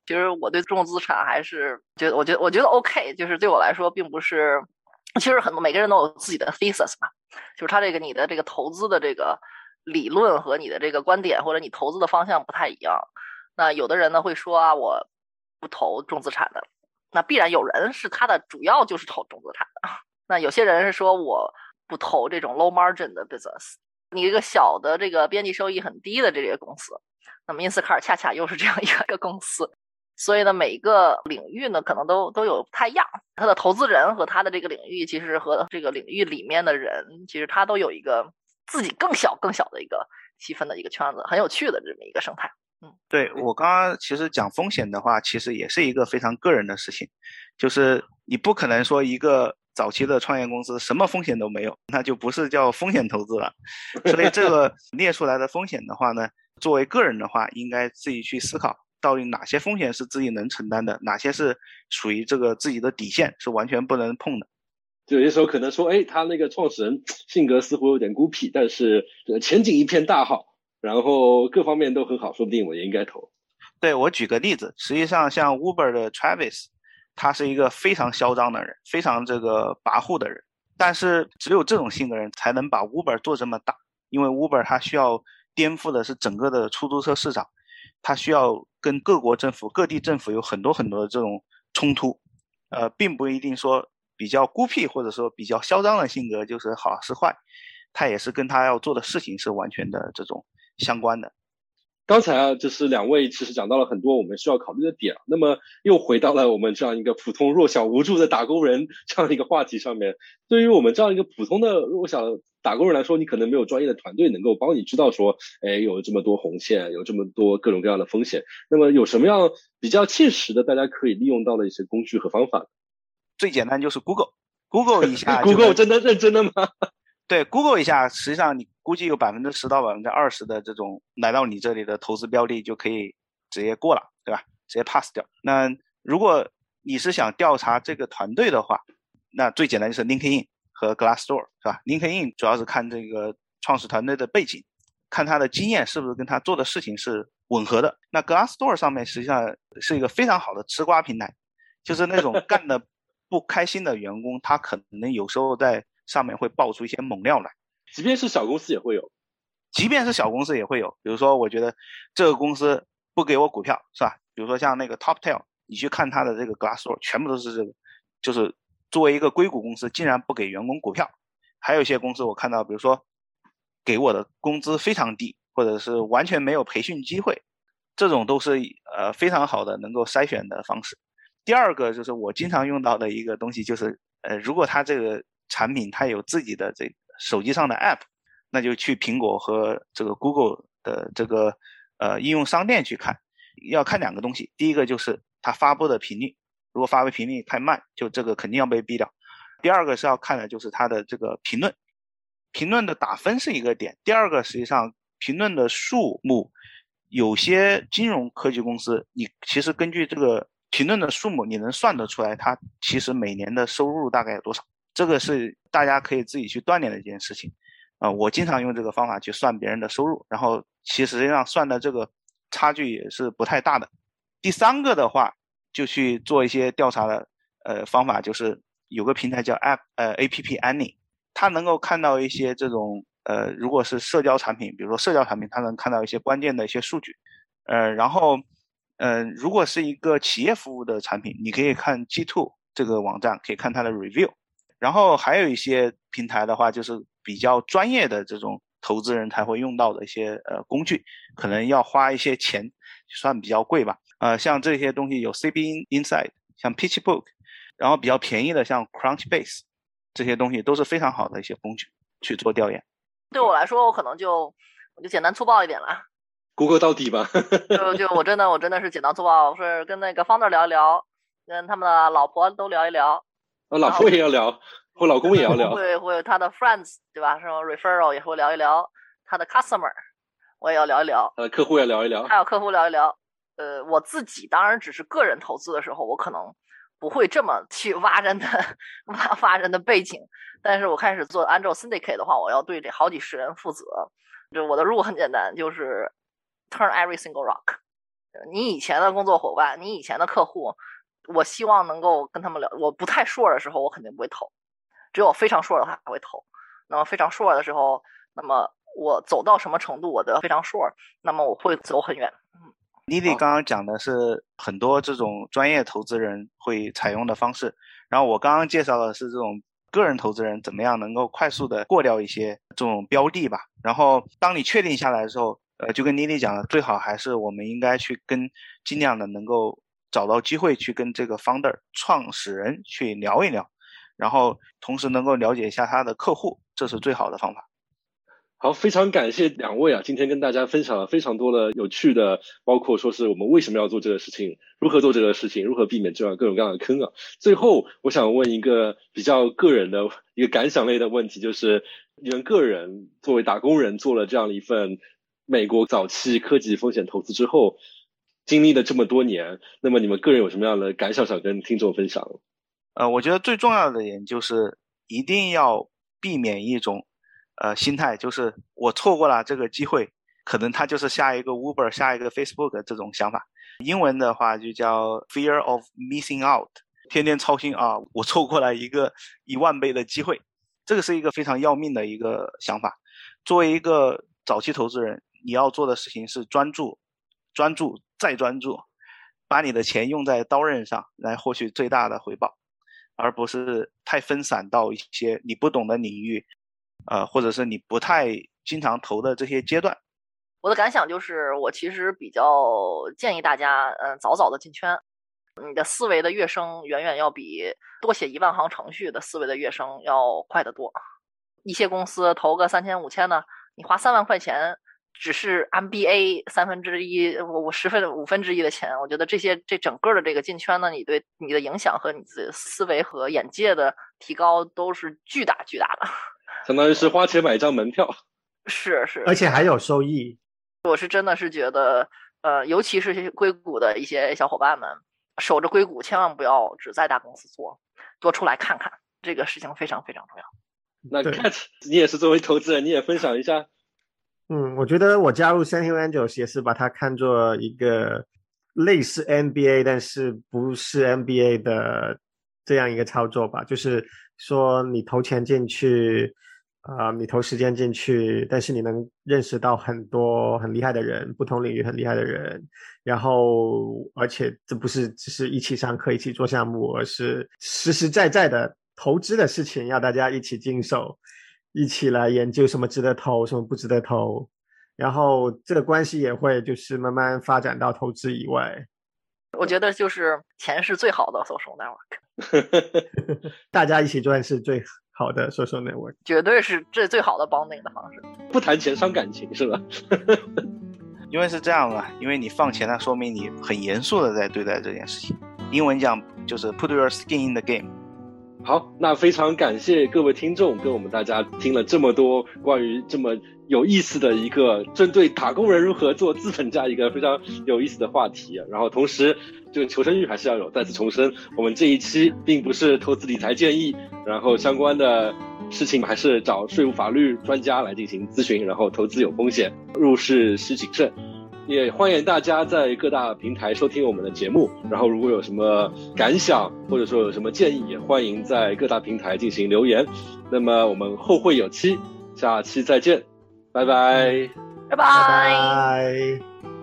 D: 其实我对重资产还是觉得，我觉得我觉得 OK， 就是对我来说并不是，其实很多每个人都有自己的 thesis 嘛，就是他这个你的这个投资的这个理论和你的这个观点或者你投资的方向不太一样。那有的人呢会说啊，我不投重资产的，那必然有人是他的主要就是投重资产的。那有些人是说我不投这种 low margin 的 business， 你一个小的这个边际收益很低的这些公司，那么因斯卡尔恰恰又是这样一个公司。所以呢，每一个领域呢，可能都都有不太一样。他的投资人和他的这个领域，其实和这个领域里面的人，其实他都有一个自己更小更小的一个细分的一个圈子，很有趣的这么一个生态。嗯，
C: 对，我刚刚其实讲风险的话，其实也是一个非常个人的事情，就是你不可能说一个早期的创业公司什么风险都没有，那就不是叫风险投资了。所以这个列出来的风险的话呢，作为个人的话，应该自己去思考。到底哪些风险是自己能承担的，哪些是属于这个自己的底线，是完全不能碰的。
A: 就有些时候可能说，哎，他那个创始人性格似乎有点孤僻，但是前景一片大好，然后各方面都很好，说不定我也应该投。
C: 对，我举个例子，实际上像 Uber 的 Travis， 他是一个非常嚣张的人，非常这个跋扈的人，但是只有这种性格人才能把 Uber 做这么大，因为 Uber 它需要颠覆的是整个的出租车市场，它需要跟各国政府、各地政府有很多很多的这种冲突，呃，并不一定说比较孤僻或者说比较嚣张的性格就是好是坏，它也是跟他要做的事情是完全的这种相关的。
A: 刚才啊，就是两位其实讲到了很多我们需要考虑的点，那么又回到了我们这样一个普通弱小无助的打工人这样一个话题上面。对于我们这样一个普通的弱小的打工人来说，你可能没有专业的团队能够帮你知道说，哎，有这么多红线，有这么多各种各样的风险。那么有什么样比较切实的大家可以利用到的一些工具和方法？
C: 最简单就是 Google Google 一下
A: Google 真的认真的吗？
C: 对 Google 一下，实际上你估计有百分之十到百分之二十的这种来到你这里的投资标的就可以直接过了，对吧？直接 pass 掉。那如果你是想调查这个团队的话，那最简单就是 LinkedIn 和 Glassdoor， 是吧？ LinkedIn 主要是看这个创始团队的背景，看他的经验是不是跟他做的事情是吻合的。那 Glassdoor 上面实际上是一个非常好的吃瓜平台，就是那种干的不开心的员工，他可能有时候在上面会爆出一些猛料来。
A: 即便是小公司也会有，
C: 即便是小公司也会有。比如说我觉得这个公司不给我股票，是吧？比如说像那个 Toptail， 你去看它的这个 Glassdoor 全部都是这个，就是作为一个硅谷公司竟然不给员工股票。还有一些公司我看到，比如说给我的工资非常低，或者是完全没有培训机会，这种都是呃非常好的能够筛选的方式。第二个就是我经常用到的一个东西，就是呃如果它这个产品它有自己的这个手机上的 app， 那就去苹果和这个 Google 的这个呃应用商店去看。要看两个东西，第一个就是它发布的频率，如果发布频率太慢，就这个肯定要被毙掉。第二个是要看的就是它的这个评论，评论的打分是一个点。第二个实际上评论的数目，有些金融科技公司你其实根据这个评论的数目你能算得出来它其实每年的收入大概有多少，这个是大家可以自己去锻炼的一件事情。呃，我经常用这个方法去算别人的收入，然后其实实际上算的这个差距也是不太大的。第三个的话就去做一些调查的呃方法，就是有个平台叫 App 呃 A P P Annie， 它能够看到一些这种呃如果是社交产品，比如说社交产品它能看到一些关键的一些数据。呃然后呃如果是一个企业服务的产品，你可以看 G 二 这个网站，可以看它的 review。然后还有一些平台的话，就是比较专业的这种投资人才会用到的一些呃工具，可能要花一些钱，算比较贵吧。呃，像这些东西有 C B Insight， 像 PitchBook， 然后比较便宜的像 Crunchbase， 这些东西都是非常好的一些工具去做调研。
D: 对我来说，我可能就我就简单粗暴一点了。
A: Google 到底吧。
D: 就就我真的我真的是简单粗暴，是跟那个 founder 聊一聊，跟他们的老婆都聊一聊。
A: 啊，老婆也要聊，我老公也要聊。
D: 会会他的 friends 对吧？什么 referral 也会聊一聊，他的 customer 我也要聊一聊，
A: 呃，客户也聊一聊，
D: 还有客户聊一聊。呃，我自己当然只是个人投资的时候，我可能不会这么去挖人的挖挖人的背景，但是我开始做 Angel Syndicate 的话，我要对这好几十人负责。就我的 rule 很简单，就是 turn every single rock。 你以前的工作伙伴，你以前的客户，我希望能够跟他们聊。我不太 sure 的时候，我肯定不会投，只有非常 sure 的话才会投。那么非常 sure 的时候，那么我走到什么程度，我的非常 sure， 那么我会走很远。嗯。
C: Lily 刚刚讲的是很多这种专业投资人会采用的方式，然后我刚刚介绍的是这种个人投资人怎么样能够快速的过掉一些这种标的吧。然后当你确定下来的时候，呃，就跟 Lily 讲的，最好还是我们应该去跟尽量的能够找到机会去跟这个 founder 创始人去聊一聊，然后同时能够了解一下他的客户，这是最好的方法。
A: 好，非常感谢两位啊，今天跟大家分享了非常多的有趣的，包括说是我们为什么要做这个事情，如何做这个事情，如何避免这样各种各样的坑啊。最后我想问一个比较个人的一个感想类的问题，就是你们个人作为打工人做了这样的一份美国早期科技风险投资之后，经历了这么多年，那么你们个人有什么样的感想想跟听众分享？
C: 呃，我觉得最重要的点就是一定要避免一种呃心态，就是我错过了这个机会，可能它就是下一个 Uber 下一个 Facebook 这种想法。英文的话就叫 fear of missing out， 天天操心啊，我错过了一个一万倍的机会，这个是一个非常要命的一个想法。作为一个早期投资人，你要做的事情是专注专注再专注，把你的钱用在刀刃上来获取最大的回报，而不是太分散到一些你不懂的领域，呃，或者是你不太经常投的这些阶段。
D: 我的感想就是，我其实比较建议大家，嗯、呃，早早的进圈。你的思维的跃升远远要比多写一万行程序的思维的跃升要快得多。一些公司投个三千五千的，你花三万块钱，只是 M B A 三分之一，我我十分五分之一的钱，我觉得这些这整个的这个进圈呢，你对你的影响和你的思维和眼界的提高都是巨大巨大的。
A: 相当于是花钱买一张门票。
D: 是是，
E: 而且还有收益。
D: 我是真的是觉得，呃，尤其是硅谷的一些小伙伴们，守着硅谷千万不要只在大公司做，多出来看看，这个事情非常非常重要。
A: 那 Cat 你也是作为投资人，你也分享一下。
E: 嗯，我觉得我加入 Sand Hill Angels 也是把它看作一个类似 M B A 但是不是 M B A 的这样一个操作吧，就是说你投钱进去，呃，你投时间进去，但是你能认识到很多很厉害的人，不同领域很厉害的人，然后而且这不是只是一起上课一起做项目，而是实实在在的投资的事情，要大家一起经手，一起来研究什么值得投，什么不值得投，然后这个关系也会就是慢慢发展到投资以外。
D: 我觉得就是钱是最好的 social network
E: 大家一起赚是最好的 social network，
D: 绝对是这最好的 bonding 的方式。
A: 不谈钱伤感情是吧？
C: 因为是这样啊，因为你放钱，那说明你很严肃的在对待这件事情。英文讲就是 put your skin in the game。
A: 好，那非常感谢各位听众跟我们大家听了这么多关于这么有意思的一个针对打工人如何做资本家一个非常有意思的话题。然后同时这个求生欲还是要有，再次重申我们这一期并不是投资理财建议，然后相关的事情还是找税务法律专家来进行咨询，然后投资有风险，入市需谨慎。也欢迎大家在各大平台收听我们的节目，然后如果有什么感想或者说有什么建议，也欢迎在各大平台进行留言。那么我们后会有期，下期再见，拜拜，
D: 拜拜。
E: 拜拜。